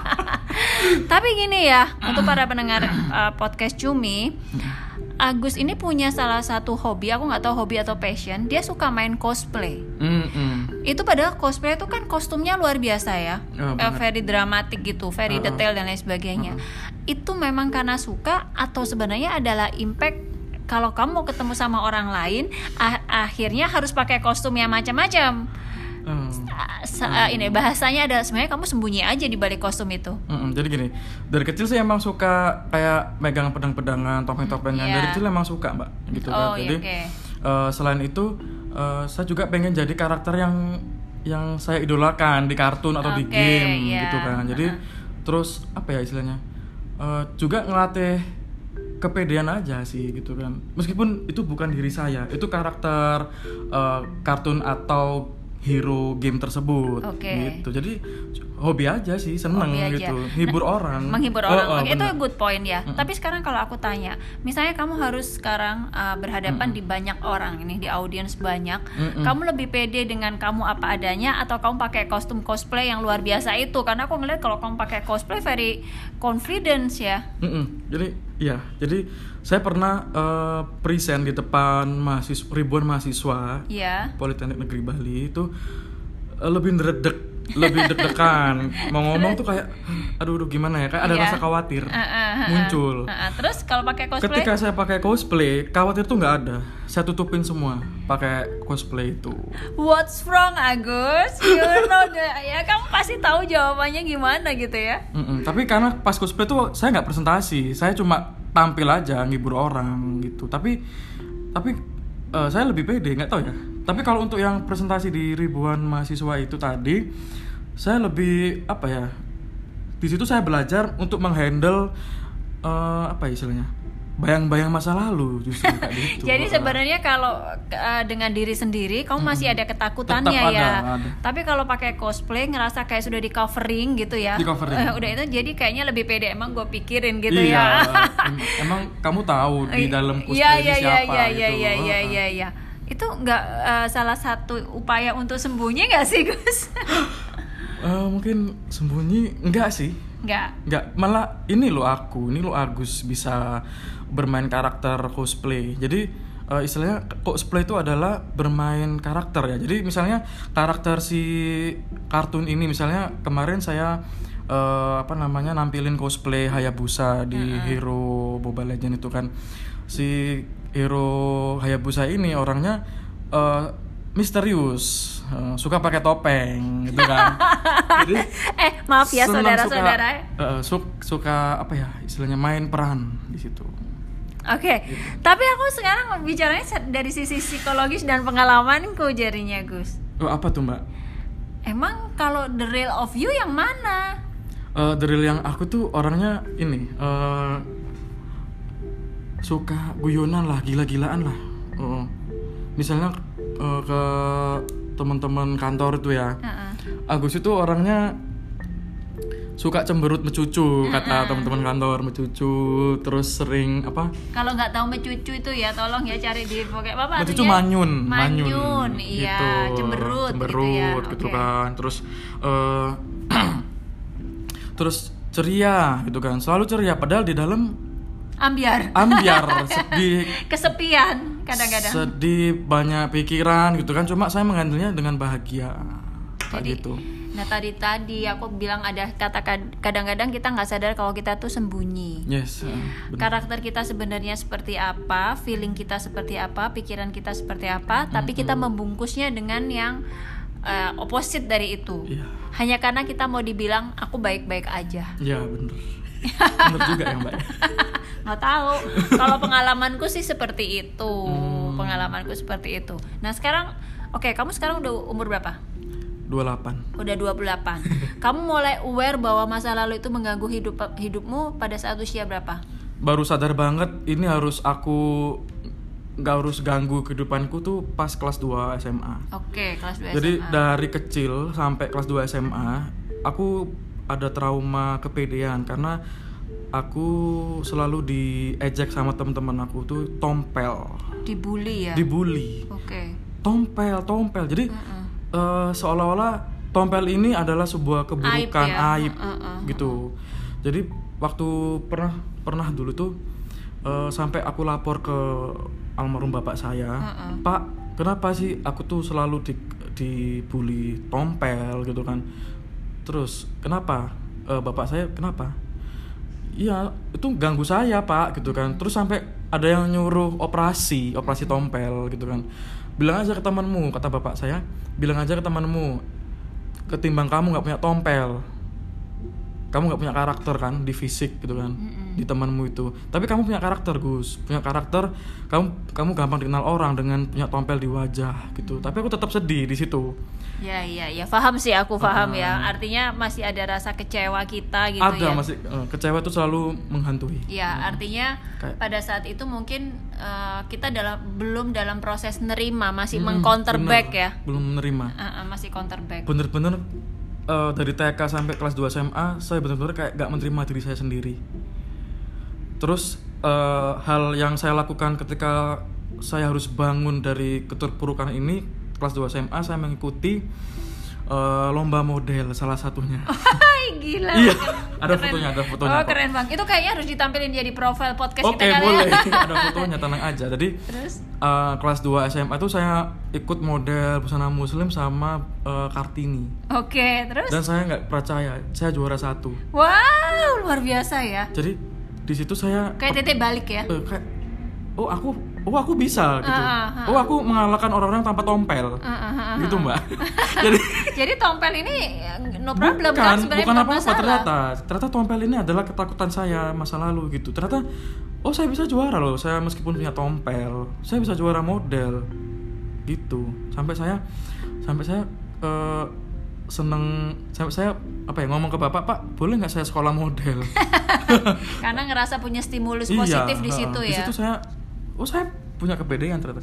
Tapi gini ya, untuk para pendengar podcast Cumi, Agus ini punya salah satu hobi, aku nggak tahu hobi atau passion, dia suka main cosplay. Itu padahal cosplay itu kan kostumnya luar biasa ya, very dramatik gitu, very detail dan lain sebagainya. Itu memang karena suka atau sebenarnya adalah impact kalau kamu mau ketemu sama orang lain, akhirnya harus pakai kostum yang macam-macam. Ini bahasanya ada sebenarnya kamu sembunyi aja di balik kostum itu. Jadi gini, dari kecil sih emang suka kayak megang pedang-pedangan, topeng-topengan. Dari kecil emang suka Mbak, gitu kan. Jadi selain itu saya juga pengen jadi karakter yang saya idolakan di kartun atau di game, gitu kan. Jadi terus apa ya istilahnya? Juga ngelatih kepedean aja sih gitu kan. Meskipun itu bukan diri saya, itu karakter kartun atau hero game tersebut gitu. Jadi hobi aja sih, seneng gitu, hibur orang. Menghibur orang. Itu good point ya. Tapi sekarang kalau aku tanya, misalnya kamu harus sekarang berhadapan di banyak orang ini, di audiens banyak, kamu lebih pede dengan kamu apa adanya atau kamu pakai kostum cosplay yang luar biasa itu? Karena aku ngeliat kalau kamu pakai cosplay very confidence ya. Jadi saya pernah present di depan ribuan mahasiswa Politeknik Negeri Bali itu lebih deg-degan. Mau ngomong tuh kayak aduh gimana ya, kayak ada rasa khawatir muncul. Terus kalau pakai cosplay? Ketika saya pakai cosplay, khawatir tuh nggak ada. Saya tutupin semua pakai cosplay itu. What's wrong Agus? You know ya, kamu pasti tahu jawabannya gimana gitu ya. Tapi karena pas cosplay tuh saya nggak presentasi, saya cuma tampil aja ngibur orang gitu. Tapi saya lebih pede, nggak tahu ya. Tapi kalau untuk yang presentasi di ribuan mahasiswa itu tadi, saya lebih di situ saya belajar untuk menghandle istilahnya, bayang-bayang masa lalu justru kayak gitu. Jadi sebenarnya kalau dengan diri sendiri kamu masih ada ketakutannya. Tetap ya. Ada. Tapi kalau pakai cosplay ngerasa kayak sudah di covering gitu ya. Udah itu jadi kayaknya lebih pede, emang gue pikirin gitu ya. Emang kamu tahu di dalam cosplay siapa gitu. Iya. Itu nggak salah satu upaya untuk sembunyi nggak sih, Gus? Mungkin sembunyi enggak sih. Enggak, malah ini lo Agus bisa bermain karakter cosplay. Jadi istilahnya cosplay itu adalah bermain karakter ya. Jadi misalnya karakter si kartun ini, misalnya kemarin saya nampilin cosplay Hayabusa di Hero Mobile Legends itu kan. Si Hero Hayabusa ini orangnya misterius, suka pakai topeng gitu kan. Jadi maaf ya saudara-saudara. Suka apa ya istilahnya, main peran di situ. Oke. Tapi aku sekarang bicaranya dari sisi psikologis dan pengalamanku jadinya, Gus. Apa tuh, Mbak? Emang kalau the real of you yang mana? The real yang aku tuh orangnya ini suka guyonan lah, gila-gilaan lah. Misalnya ke teman-teman kantor itu ya. Agus itu orangnya suka cemberut mecucu, kata teman-teman kantor, mecucu, terus sering apa? Kalau nggak tahu mecucu itu ya tolong ya cari di pokoknya apa? Mecucu manyun, iya, gitu. cemberut gitu ya. Gitu kan. Terus terus ceria gitu kan. Selalu ceria padahal di dalam ambiar, sedih, kesepian kadang-kadang. Sedih, banyak pikiran gitu kan. Cuma saya menghandlenya dengan bahagia. Kayak gitu. Nah tadi aku bilang ada kata kadang-kadang kita nggak sadar kalau kita tuh sembunyi. Yes. Karakter kita sebenarnya seperti apa, feeling kita seperti apa, pikiran kita seperti apa, tapi kita membungkusnya dengan yang opposite dari itu. Hanya karena kita mau dibilang aku baik-baik aja. Iya benar. Benar juga ya Mbak. Nggak tahu. Kalau pengalamanku sih seperti itu. Pengalamanku seperti itu. Nah sekarang, kamu sekarang udah umur berapa? 28. Udah 28. Kamu mulai aware bahwa masa lalu itu mengganggu hidupmu pada saat usia berapa? Baru sadar banget ini harus nggak harus ganggu kehidupanku tuh pas kelas 2 SMA. Kelas 2 SMA. Jadi dari kecil sampai kelas 2 SMA aku ada trauma kepedean karena aku selalu diejek sama teman-teman aku tuh tompel. Dibully ya? Dibully. Tompel. Jadi seolah-olah tompel ini adalah sebuah keburukan, aib gitu. Jadi waktu pernah dulu tuh sampai aku lapor ke almarhum bapak saya, Pak, kenapa sih aku tuh selalu dibully tompel gitu kan? Terus kenapa bapak saya kenapa? Iya itu ganggu saya Pak gitu kan. Terus sampai ada yang nyuruh operasi tompel gitu kan. Bilang aja ke temanmu, kata bapak saya, bilang aja ke temanmu, ketimbang kamu nggak punya tompel, kamu nggak punya karakter kan di fisik gitu kan, di temanmu itu. Tapi kamu punya karakter Gus, punya karakter, kamu gampang dikenal orang dengan punya tompel di wajah gitu. Tapi aku tetap sedih di situ. Ya, paham sih, aku paham ya. Artinya masih ada rasa kecewa kita gitu. Ada masih kecewa itu selalu menghantui. Ya, artinya pada saat itu mungkin kita belum dalam proses nerima, masih meng-counter back ya. Belum menerima. Masih counter back. Bener-bener dari TK sampai kelas 2 SMA saya benar-benar kayak gak menerima diri saya sendiri. Terus hal yang saya lakukan ketika saya harus bangun dari keterpurukan ini, kelas 2 SMA saya mengikuti lomba model salah satunya. Gila. Iya, ada fotonya. Oh, keren Bang. Itu kayaknya harus ditampilin jadi profile podcast kita kali ya. Oke, boleh. Ada fotonya, tenang aja. Jadi kelas 2 SMA itu saya ikut model busana muslim sama Kartini. Terus? Dan saya nggak percaya, saya juara 1. Wow, luar biasa ya. Jadi di situ saya kayak titik balik ya. Aku bisa gitu. Aku mengalahkan orang-orang tanpa tompel. Gitu Mbak. Jadi tompel ini no problem kan sebenarnya. Bukan apa-apa ternyata tompel ini adalah ketakutan saya masa lalu gitu. Ternyata saya bisa juara loh. Saya meskipun punya tompel, saya bisa juara model. Gitu. Sampai saya seneng, saya apa ya, ngomong ke bapak, Pak boleh nggak saya sekolah model? Karena ngerasa punya stimulus positif di situ ya. Di situ saya punya kepedean ternyata.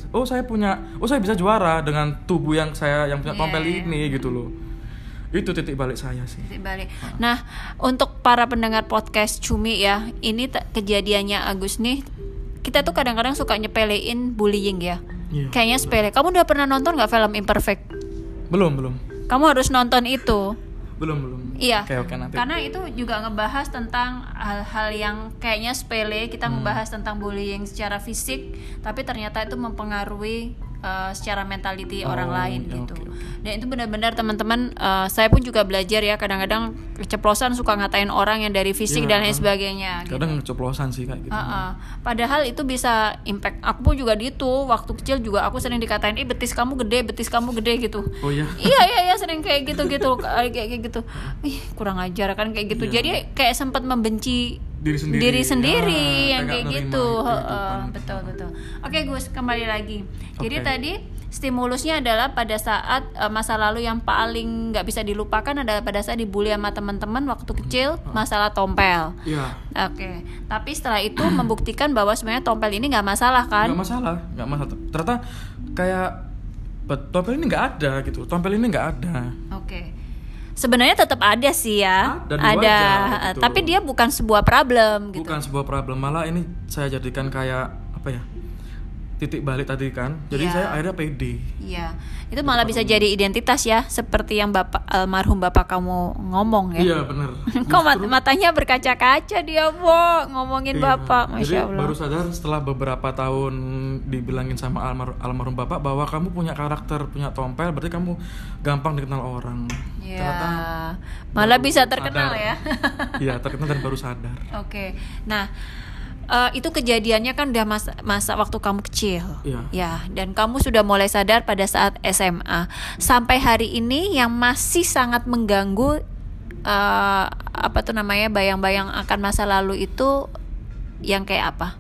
Saya bisa juara dengan tubuh yang punya tompel ini gitu loh. Itu titik balik saya sih. Titik balik. Nah, untuk para pendengar podcast Cumi ya, ini kejadiannya Agus nih. Kita tuh kadang-kadang suka nyepelein bullying ya. Yeah. Kayaknya sepele. Kamu udah pernah nonton nggak film Imperfect? Belum. Kamu harus nonton itu. Belum. Iya. Oke, nanti. Karena itu juga ngebahas tentang hal-hal yang kayaknya sepele. Kita ngebahas tentang bullying secara fisik, tapi ternyata itu mempengaruhi secara mentality orang lain gitu. Okay. Dan itu benar-benar teman-teman, saya pun juga belajar ya, kadang-kadang keceplosan suka ngatain orang yang dari fisik dan lain sebagainya. Kadang keceplosan sih kayak gitu. Padahal itu bisa impact. Aku pun juga gitu. Waktu kecil juga aku sering dikatain, betis kamu gede gitu. Oh iya. Iya sering kayak gitu kayak gitu. Kurang ajar kan kayak gitu. Jadi kayak sempat membenci diri sendiri yang kayak gitu. Betul. Oke, Gus, kembali lagi. Jadi tadi stimulusnya adalah pada saat masa lalu yang paling nggak bisa dilupakan adalah pada saat dibully sama teman-teman waktu kecil, masalah tompel. Iya. Oke. Tapi setelah itu membuktikan bahwa sebenarnya tompel ini nggak masalah kan? Nggak masalah. Ternyata kayak tompel ini nggak ada gitu. Tompel ini nggak ada. Oke. Sebenarnya tetap ada sih ya. Ada. Gitu. Tapi dia bukan sebuah problem gitu. Bukan sebuah problem, malah ini saya jadikan kayak apa ya? Titik balik tadi kan. Jadi saya akhirnya pede. Iya. Itu malah bisa jadi identitas ya, seperti yang almarhum bapak kamu ngomong ya. Iya, benar. Kok matanya berkaca-kaca dia, ngomongin bapak, Masya Allah. Jadi baru sadar setelah beberapa tahun dibilangin sama almarhum bapak bahwa kamu punya karakter, punya tompel, berarti kamu gampang dikenal orang. Iya. Malah bisa terkenal ya. Iya, terkenal dan baru sadar. Oke. Nah, itu kejadiannya kan udah masa waktu kamu kecil, ya, dan kamu sudah mulai sadar pada saat SMA. Sampai hari ini yang masih sangat mengganggu bayang-bayang akan masa lalu itu yang kayak apa?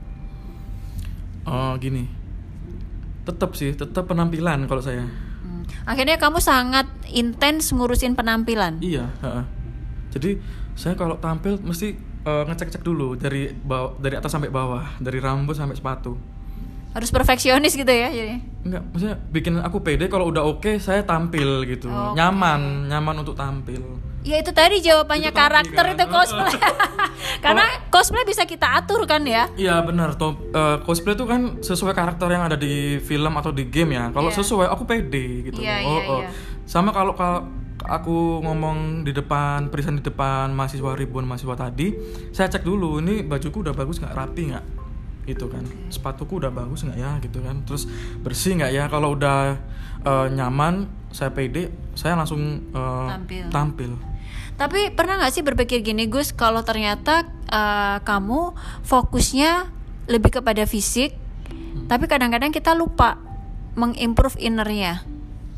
Gini, tetap penampilan kalau saya. Akhirnya kamu sangat intens ngurusin penampilan. Iya. Jadi saya kalau tampil mesti ngecek dulu dari atas sampai bawah, dari rambut sampai sepatu. Harus perfeksionis gitu ya jadi. Enggak, maksudnya bikin aku pede kalau udah oke, saya tampil gitu. Okay. Nyaman untuk tampil. Ya itu tadi jawabannya itu karakter kan? Itu cosplay. Karena cosplay bisa kita atur kan ya? Iya benar. Cosplay itu kan sesuai karakter yang ada di film atau di game ya. Kalau sesuai aku pede gitu. Iya. Sama kalau aku ngomong di depan mahasiswa ribuan mahasiswa tadi, saya cek dulu ini bajuku udah bagus nggak, rapi nggak, gitu kan, sepatuku udah bagus nggak ya, gitu kan, terus bersih nggak ya. Kalau udah nyaman, saya pede, saya langsung tampil. Tapi pernah nggak sih berpikir gini, Gus, kalau ternyata kamu fokusnya lebih kepada fisik, tapi kadang-kadang kita lupa mengimprove innernya?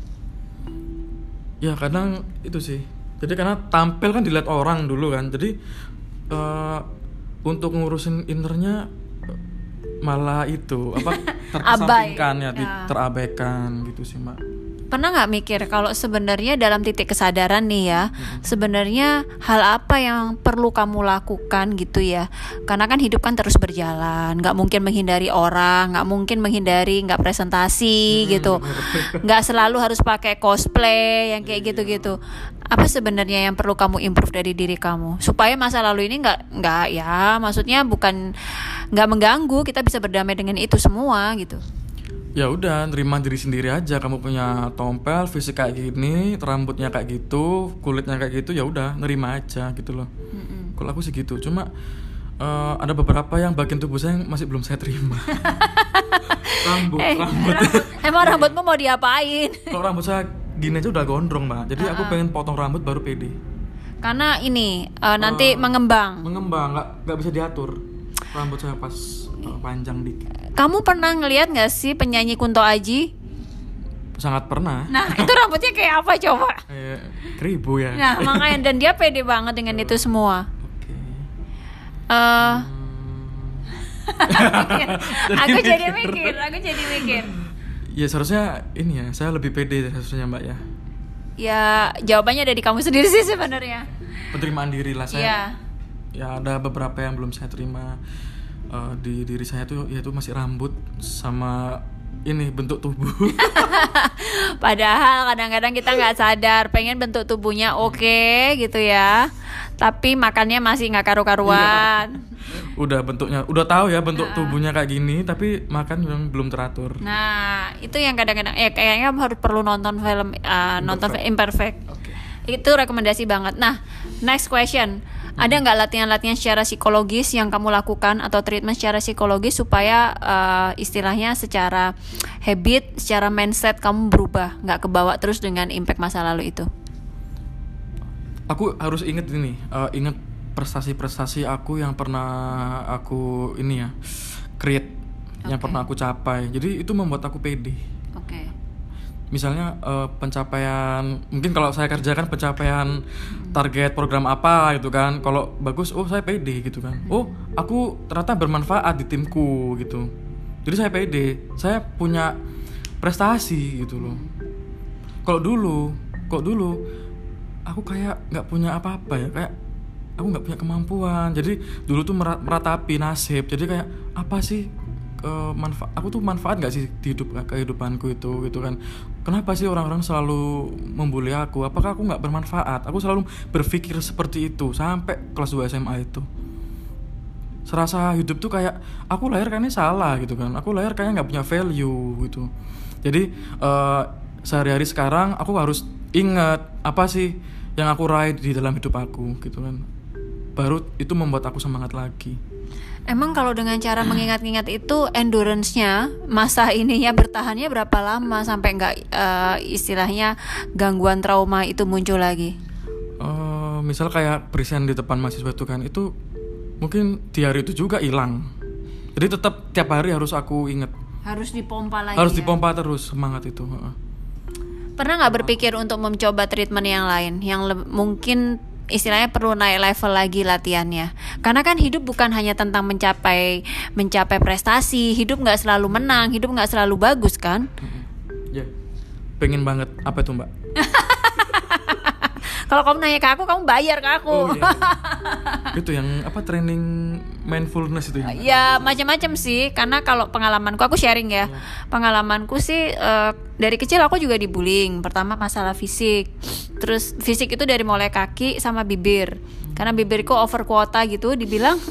Ya kadang itu sih. Jadi karena tampil kan dilihat orang dulu kan. Jadi untuk ngurusin innernya malah itu terkesampingkan ya, terabaikan gitu sih, Mbak. Pernah nggak mikir kalau sebenarnya dalam titik kesadaran nih ya, sebenarnya hal apa yang perlu kamu lakukan gitu ya? Karena kan hidup kan terus berjalan, nggak mungkin menghindari orang, nggak mungkin menghindari nggak presentasi gitu, nggak selalu harus pakai cosplay yang kayak gitu-gitu. Apa sebenarnya yang perlu kamu improve dari diri kamu supaya masa lalu ini nggak ya, maksudnya bukan nggak mengganggu, kita bisa berdamai dengan itu semua gitu. Ya udah, nerima diri sendiri aja. Kamu punya tompel, fisik kayak gini, rambutnya kayak gitu, kulitnya kayak gitu, ya udah, nerima aja gitu loh. Kalau aku sih gitu. Cuma ada beberapa yang bagian tubuh saya yang masih belum saya terima. Rambut. Emang rambutmu mau diapain? Kalau rambut saya gini aja udah gondrong, Mbak. Jadi aku pengen potong rambut baru pede. Karena ini nanti mengembang, nggak bisa diatur. Rambut saya pas panjang dikit. Kamu pernah ngelihat nggak sih penyanyi Kunto Aji? Sangat pernah. Nah itu rambutnya kayak apa coba? Keribu ya. Nah makanya, dan dia pede banget dengan itu semua. Aku jadi mikir. Ya seharusnya ini ya, saya lebih pede seharusnya, Mbak ya. Ya jawabannya ada di kamu sendiri sih sebenarnya. Penerimaan diri lah saya. Iya. Ya ada beberapa yang belum saya terima di diri saya tuh, yaitu masih rambut sama ini bentuk tubuh. Padahal kadang-kadang kita nggak sadar pengen bentuk tubuhnya oke gitu ya, tapi makannya masih nggak karu-karuan. Udah bentuknya, udah tahu ya bentuk tubuhnya kayak gini, tapi makan yang belum teratur. Nah itu yang kadang-kadang kayaknya harus perlu nonton film nonton Imperfect. Itu rekomendasi banget. Nah next question, ada nggak latihan-latihan secara psikologis yang kamu lakukan atau treatment secara psikologis supaya istilahnya secara habit, secara mindset kamu berubah, nggak kebawa terus dengan impact masa lalu itu? Aku harus inget ini, inget prestasi-prestasi aku yang pernah aku ini ya create, yang pernah aku capai. Jadi itu membuat aku pede. Misalnya pencapaian, mungkin kalau saya kerjakan pencapaian target program apa gitu kan, kalau bagus, oh saya pede gitu kan, oh aku ternyata bermanfaat di timku gitu, jadi saya pede, saya punya prestasi gitu loh. Kalau dulu aku kayak nggak punya apa-apa ya, kayak aku nggak punya kemampuan, jadi dulu tuh meratapi nasib, jadi kayak apa sih aku tuh manfaat nggak sih di kehidupanku itu gitu kan. Kenapa sih orang-orang selalu membuli aku? Apakah aku nggak bermanfaat? Aku selalu berpikir seperti itu sampai kelas 2 SMA itu. Serasa hidup tuh kayak aku lahir kayaknya salah gitu kan. Aku lahir kayaknya nggak punya value gitu. Jadi sehari-hari sekarang aku harus ingat apa sih yang aku raih di dalam hidup aku gitu kan. Baru itu membuat aku semangat lagi. Emang kalau dengan cara mengingat-ingat itu endurance-nya, masa ininya bertahannya berapa lama sampai nggak istilahnya gangguan trauma itu muncul lagi? Misal kayak present di depan mahasiswa itu kan, itu mungkin di hari itu juga hilang. Jadi tetap tiap hari harus aku ingat. Harus dipompa lagi. Harus dipompa terus semangat itu. Pernah nggak berpikir untuk mencoba treatment yang lain, yang mungkin istilahnya perlu naik level lagi latihannya? Karena kan hidup bukan hanya tentang mencapai prestasi, hidup nggak selalu menang, hidup nggak selalu bagus kan? Ya, pengen banget. Apa itu Mbak? Kalau kamu nanya ke aku, kamu bayar ke aku. Oh, iya. Itu yang apa, training mindfulness itu ya? Macam-macam sih, karena kalau pengalamanku, aku sharing ya. Pengalamanku sih dari kecil aku juga dibullying. Pertama masalah fisik. Terus fisik itu dari mulai kaki sama bibir. Karena bibirku over kuota gitu, dibilang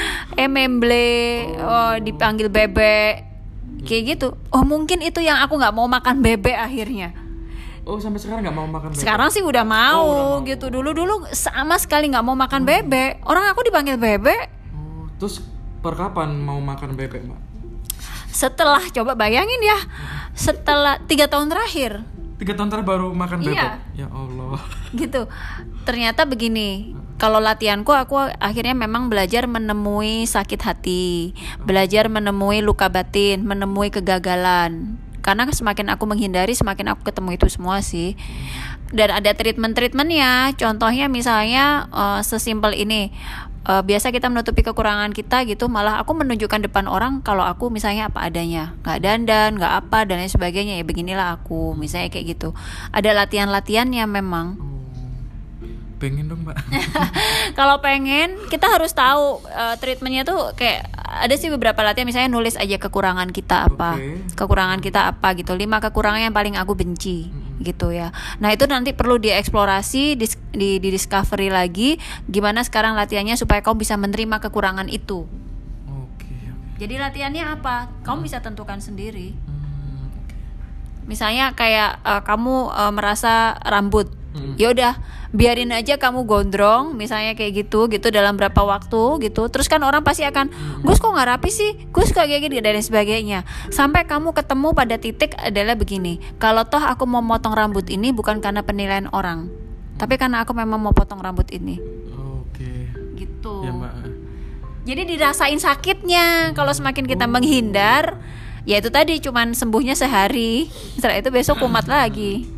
memble, dipanggil bebek. Kayak gitu. Oh, mungkin itu yang aku enggak mau makan bebek akhirnya. Oh, sampai sekarang nggak mau makan bebek? Sekarang sih udah mau, gitu. Dulu sama sekali nggak mau makan bebek. Orang aku dipanggil bebek. Terus per kapan mau makan bebek, Mbak? Setelah, coba bayangin ya, setelah 3 tahun terakhir. 3 tahun terakhir baru makan bebek? Iya. Ya Allah. Gitu. Ternyata begini, kalau latihanku aku akhirnya memang belajar menemui sakit hati, belajar menemui luka batin, menemui kegagalan. Karena semakin aku menghindari, semakin aku ketemu itu semua sih. Dan ada treatmentnya. Contohnya misalnya sesimpel ini, biasa kita menutupi kekurangan kita gitu, malah aku menunjukkan depan orang kalau aku misalnya apa adanya, nggak dandan, nggak apa dan lain sebagainya. Ya beginilah aku, misalnya kayak gitu. Ada latihan-latihannya memang. Pengen dong Mbak. Kalau pengen, kita harus tahu treatmentnya tuh kayak ada sih beberapa latihan, misalnya nulis aja kekurangan kita apa, kekurangan kita apa gitu, 5 kekurangan yang paling aku benci gitu ya. Nah itu nanti perlu dieksplorasi, di discovery lagi, gimana sekarang latihannya supaya kamu bisa menerima kekurangan itu. Jadi latihannya apa? Kamu bisa tentukan sendiri. Misalnya kayak kamu merasa rambut, ya udah biarin aja kamu gondrong misalnya kayak gitu dalam berapa waktu gitu. Terus kan orang pasti akan, Gus kok nggak rapi sih, Gus kok kayak gini dan sebagainya, sampai kamu ketemu pada titik adalah begini, kalau toh aku mau motong rambut ini bukan karena penilaian orang, tapi karena aku memang mau potong rambut ini. Gitu ya, Mbak. Jadi dirasain sakitnya. Kalau semakin kita menghindar, ya itu tadi cuman sembuhnya sehari, setelah itu besok kumat lagi.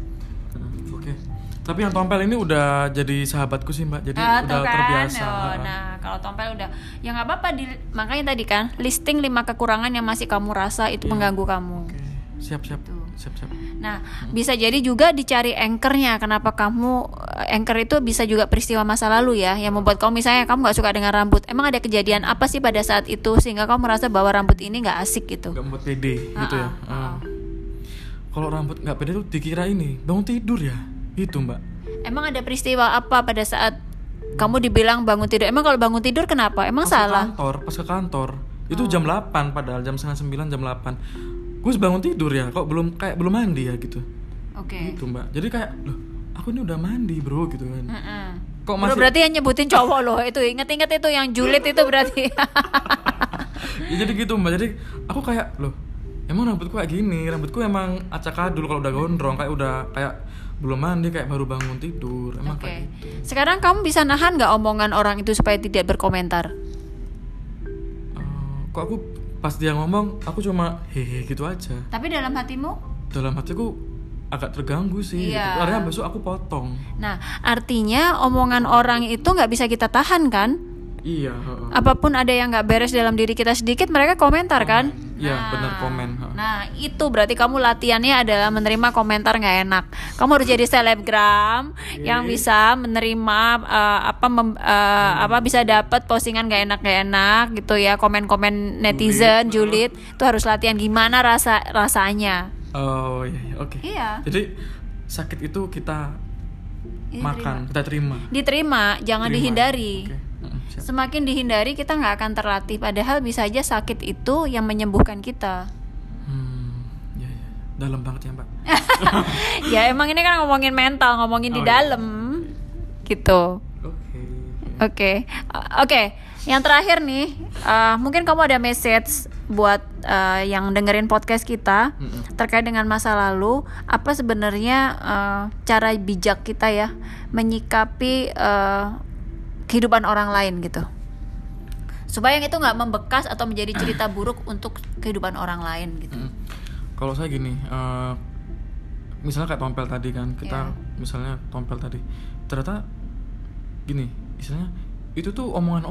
Tapi yang tompel ini udah jadi sahabatku sih Mbak, jadi udah kan? Terbiasa. Nah kalau tompel udah, ya nggak apa-apa. Makanya tadi kan listing 5 kekurangan yang masih kamu rasa itu mengganggu kamu. Siap. Siap. Nah, bisa jadi juga dicari anchornya. Kenapa kamu anchor itu bisa juga peristiwa masa lalu ya, yang membuat kamu misalnya kamu nggak suka dengan rambut. Emang ada kejadian apa sih pada saat itu sehingga kamu merasa bahwa rambut ini nggak asik gitu? Nggak membuat pede gitu ya. Kalau rambut nggak pede tuh dikira ini bangun tidur ya, gitu Mbak. Emang ada peristiwa apa pada saat kamu dibilang bangun tidur? Emang kalau bangun tidur kenapa? Emang salah? Pas ke kantor itu jam 8 padahal jam 8:30 jam 8. Gue bangun tidur ya, kok belum mandi ya gitu. Oke. Gitu Mbak. Jadi kayak loh, aku ini udah mandi bro gitu kan. Kok masih... Berarti yang nyebutin cowok loh itu. Ingat-ingat itu yang julid itu berarti. Ya jadi gitu Mbak. Jadi aku kayak loh, emang rambutku kayak gini. Rambutku emang acak-adul kalau udah gondrong, kayak belum mandi, kayak baru bangun tidur. Emang kayak gitu. Sekarang kamu bisa nahan nggak omongan orang itu supaya tidak berkomentar? Kok aku pas dia ngomong aku cuma hehe gitu aja. Tapi dalam hatimu? Dalam hatiku agak terganggu sih. Iya. Akhirnya besok aku potong. Nah, artinya omongan orang itu nggak bisa kita tahan kan? Iya. Apapun ada yang nggak beres dalam diri kita sedikit, mereka komentar kan? Iya, benar komen. Nah, itu berarti kamu latihannya adalah menerima komentar nggak enak. Kamu harus jadi selebgram yang bisa menerima bisa dapat postingan nggak enak gitu ya, komen-komen netizen, julid. Itu harus latihan gimana rasanya. Oh iya, oke. Iya. Jadi sakit itu kita makan, kita terima. Diterima, jangan dihindari. Okay. Semakin dihindari kita nggak akan terlatih. Padahal bisa aja sakit itu yang menyembuhkan kita. Ya. Dalam banget ya Mbak. Ya emang ini kan ngomongin mental, ngomongin di dalam gitu. Oke. Yang terakhir nih, mungkin kamu ada message buat yang dengerin podcast kita terkait dengan masa lalu. Apa sebenarnya cara bijak kita ya menyikapi kehidupan orang lain gitu, supaya yang itu nggak membekas atau menjadi cerita buruk untuk kehidupan orang lain gitu. Kalau saya gini, misalnya kayak tompel tadi kan, kita misalnya tompel tadi, ternyata gini, misalnya itu tuh omongan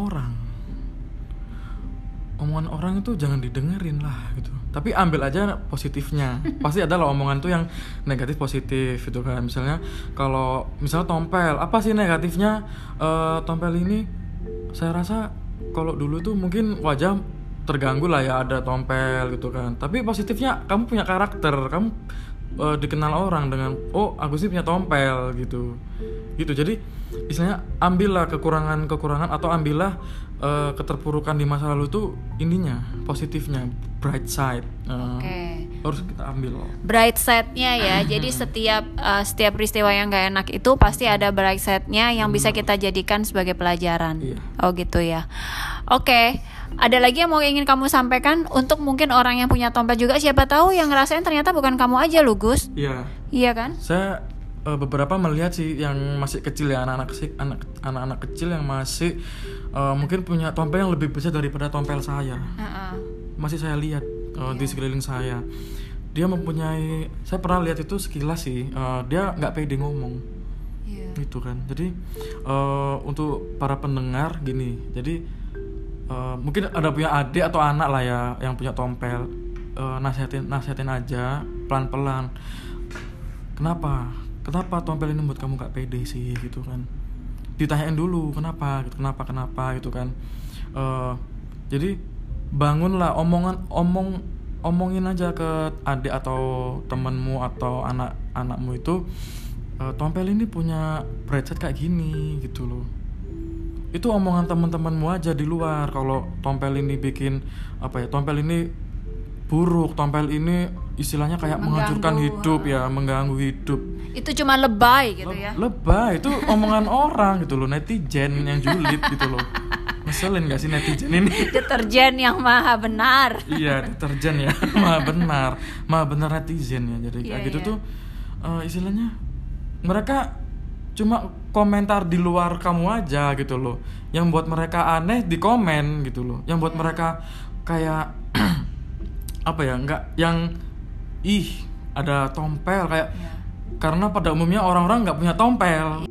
orang itu jangan didengerin lah gitu. Tapi ambil aja positifnya. Pasti adalah omongan tuh yang negatif positif gitu kan. Misalnya kalau misalnya tompel, apa sih negatifnya tompel ini? Saya rasa kalau dulu tuh mungkin wajah terganggu lah ya ada tompel gitu kan. Tapi positifnya kamu punya karakter, kamu dikenal orang dengan aku sih punya tompel gitu. Jadi istilahnya ambillah kekurangan atau ambillah keterpurukan di masa lalu tuh ininya positifnya, bright side. Harus kita ambil bright side-nya ya. Jadi setiap peristiwa yang gak enak itu pasti ada bright side-nya yang bisa kita jadikan sebagai pelajaran. Oh gitu ya. Oke. Ada lagi yang mau ingin kamu sampaikan untuk mungkin orang yang punya tompel juga, siapa tahu yang ngerasain ternyata bukan kamu aja loh Gus. Iya kan? Saya beberapa melihat sih yang masih kecil ya, anak-anak kecil yang masih mungkin punya tompel yang lebih besar daripada tompel saya. Masih saya lihat di sekeliling saya. Dia mempunyai, saya pernah lihat itu sekilas sih, dia nggak pede ngomong. Gitu kan. Jadi untuk para pendengar gini, jadi mungkin ada punya adik atau anak lah ya yang punya tompel, nasihatin aja pelan-pelan. Kenapa tompel ini buat kamu gak pede sih gitu kan? Ditanyain dulu kenapa gitu kan. Jadi bangunlah omongin aja ke adik atau temenmu atau anakmu itu, tompel ini punya bright side kayak gini gitu loh. Itu omongan teman-temanmu aja di luar. Kalau tompel ini bikin tompel ini buruk, tompel ini istilahnya kayak menghancurkan hidup ya, mengganggu hidup. Itu cuma lebay gitu ya. Lebay, itu omongan orang gitu loh, netizen yang julid gitu loh. Ngeselin gak sih netizen ini? Deterjen yang maha benar. Iya, deterjen ya, maha benar netizen ya. Jadi kayak gitu tuh istilahnya mereka cuma komentar di luar kamu aja gitu loh. Yang buat mereka aneh di komen gitu loh. Yang buat mereka kayak yang ada tompel kayak karena pada umumnya orang-orang nggak punya tompel.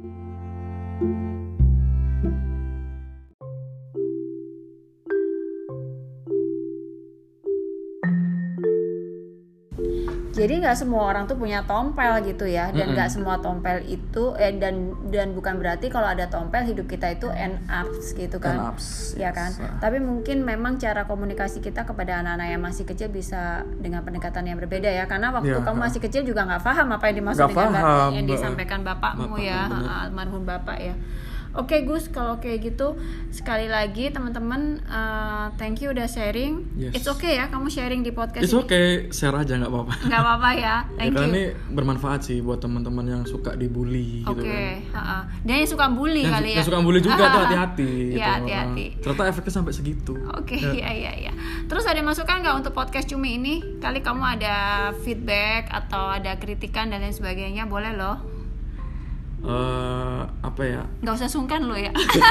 Jadi nggak semua orang tuh punya tompel gitu ya, dan nggak semua tompel itu dan bukan berarti kalau ada tompel hidup kita itu end ups gitu kan, ya kan. Tapi mungkin memang cara komunikasi kita kepada anak-anak yang masih kecil bisa dengan pendekatan yang berbeda ya, karena waktu kamu masih kecil juga nggak paham apa yang dimaksud dengan yang disampaikan bapakmu ya, almarhum bapak ya. Oke Gus, kalau kayak gitu sekali lagi teman-teman, thank you udah sharing. It's okay ya kamu sharing di podcast It's okay, share aja nggak apa-apa. Nggak apa-apa ya, thank you. Ini bermanfaat sih buat teman-teman yang suka dibully gitu kan. Dan yang suka bully kali ya. Yang suka bully juga tuh hati-hati. Iya hati-hati. Ternyata efeknya sampai segitu. Oke, iya. Terus ada masukan nggak untuk podcast Cumi ini? Kali kamu ada feedback atau ada kritikan dan lain sebagainya, boleh loh. Apa ya? Nggak usah sungkan lo ya.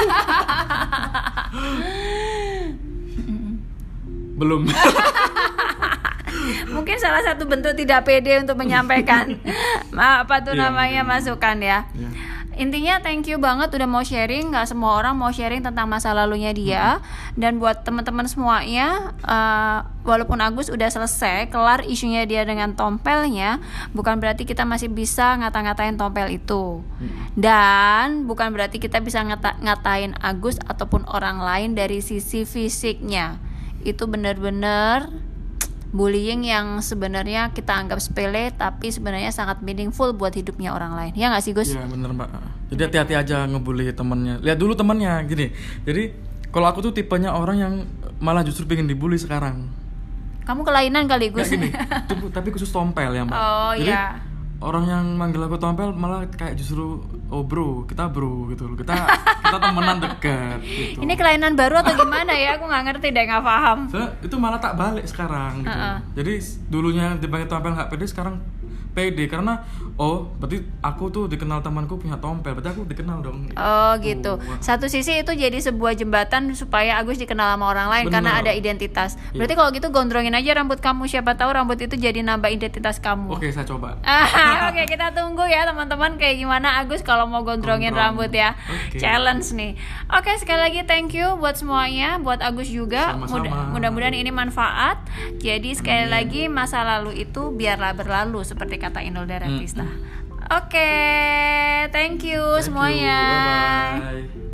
Belum. Mungkin salah satu bentuk tidak pede untuk menyampaikan namanya masukan ya. Intinya thank you banget udah mau sharing. Gak semua orang mau sharing tentang masa lalunya dia. Dan buat teman-teman semuanya, walaupun Agus udah selesai kelar isunya dia dengan tompelnya, bukan berarti kita masih bisa ngata-ngatain tompel itu. Dan bukan berarti kita bisa ngatain Agus ataupun orang lain dari sisi fisiknya. Itu benar-benar bullying yang sebenarnya kita anggap sepele tapi sebenarnya sangat meaningful buat hidupnya orang lain. Ya nggak sih Gus? Iya bener Mbak. Jadi hati-hati aja ngebully temennya. Lihat dulu temennya gini. Jadi kalau aku tuh tipenya orang yang malah justru pengen dibully sekarang. Kamu kelainan kali Gus? Nggak gini. Tapi khusus tompel ya Mbak. Oh jadi, iya. Orang yang manggil aku tompel malah kayak justru bro gitu loh. Kita temenan dekat gitu. Ini kelainan baru atau gimana ya? Aku nggak ngerti deh, nggak paham. Itu malah tak balik sekarang gitu. Jadi dulunya dipanggil tompel nggak pede, sekarang pede karena berarti aku tuh dikenal temanku punya tompel, berarti aku dikenal dong. Oh gitu. Satu sisi itu jadi sebuah jembatan supaya Agus dikenal sama orang lain. Bener. Karena ada identitas. Berarti kalau gitu gondrongin aja rambut kamu, siapa tahu rambut itu jadi nambah identitas kamu. Oke, saya coba. Oke, kita tunggu ya teman-teman kayak gimana Agus kalau mau gondrongin rambut ya. Challenge nih. Oke, sekali lagi thank you buat semuanya, buat Agus juga. Mudah-mudahan ini manfaat. Jadi sekali lagi masa lalu itu biarlah berlalu seperti kata Inul Daratista. Oke, thank you semuanya. Bye-bye.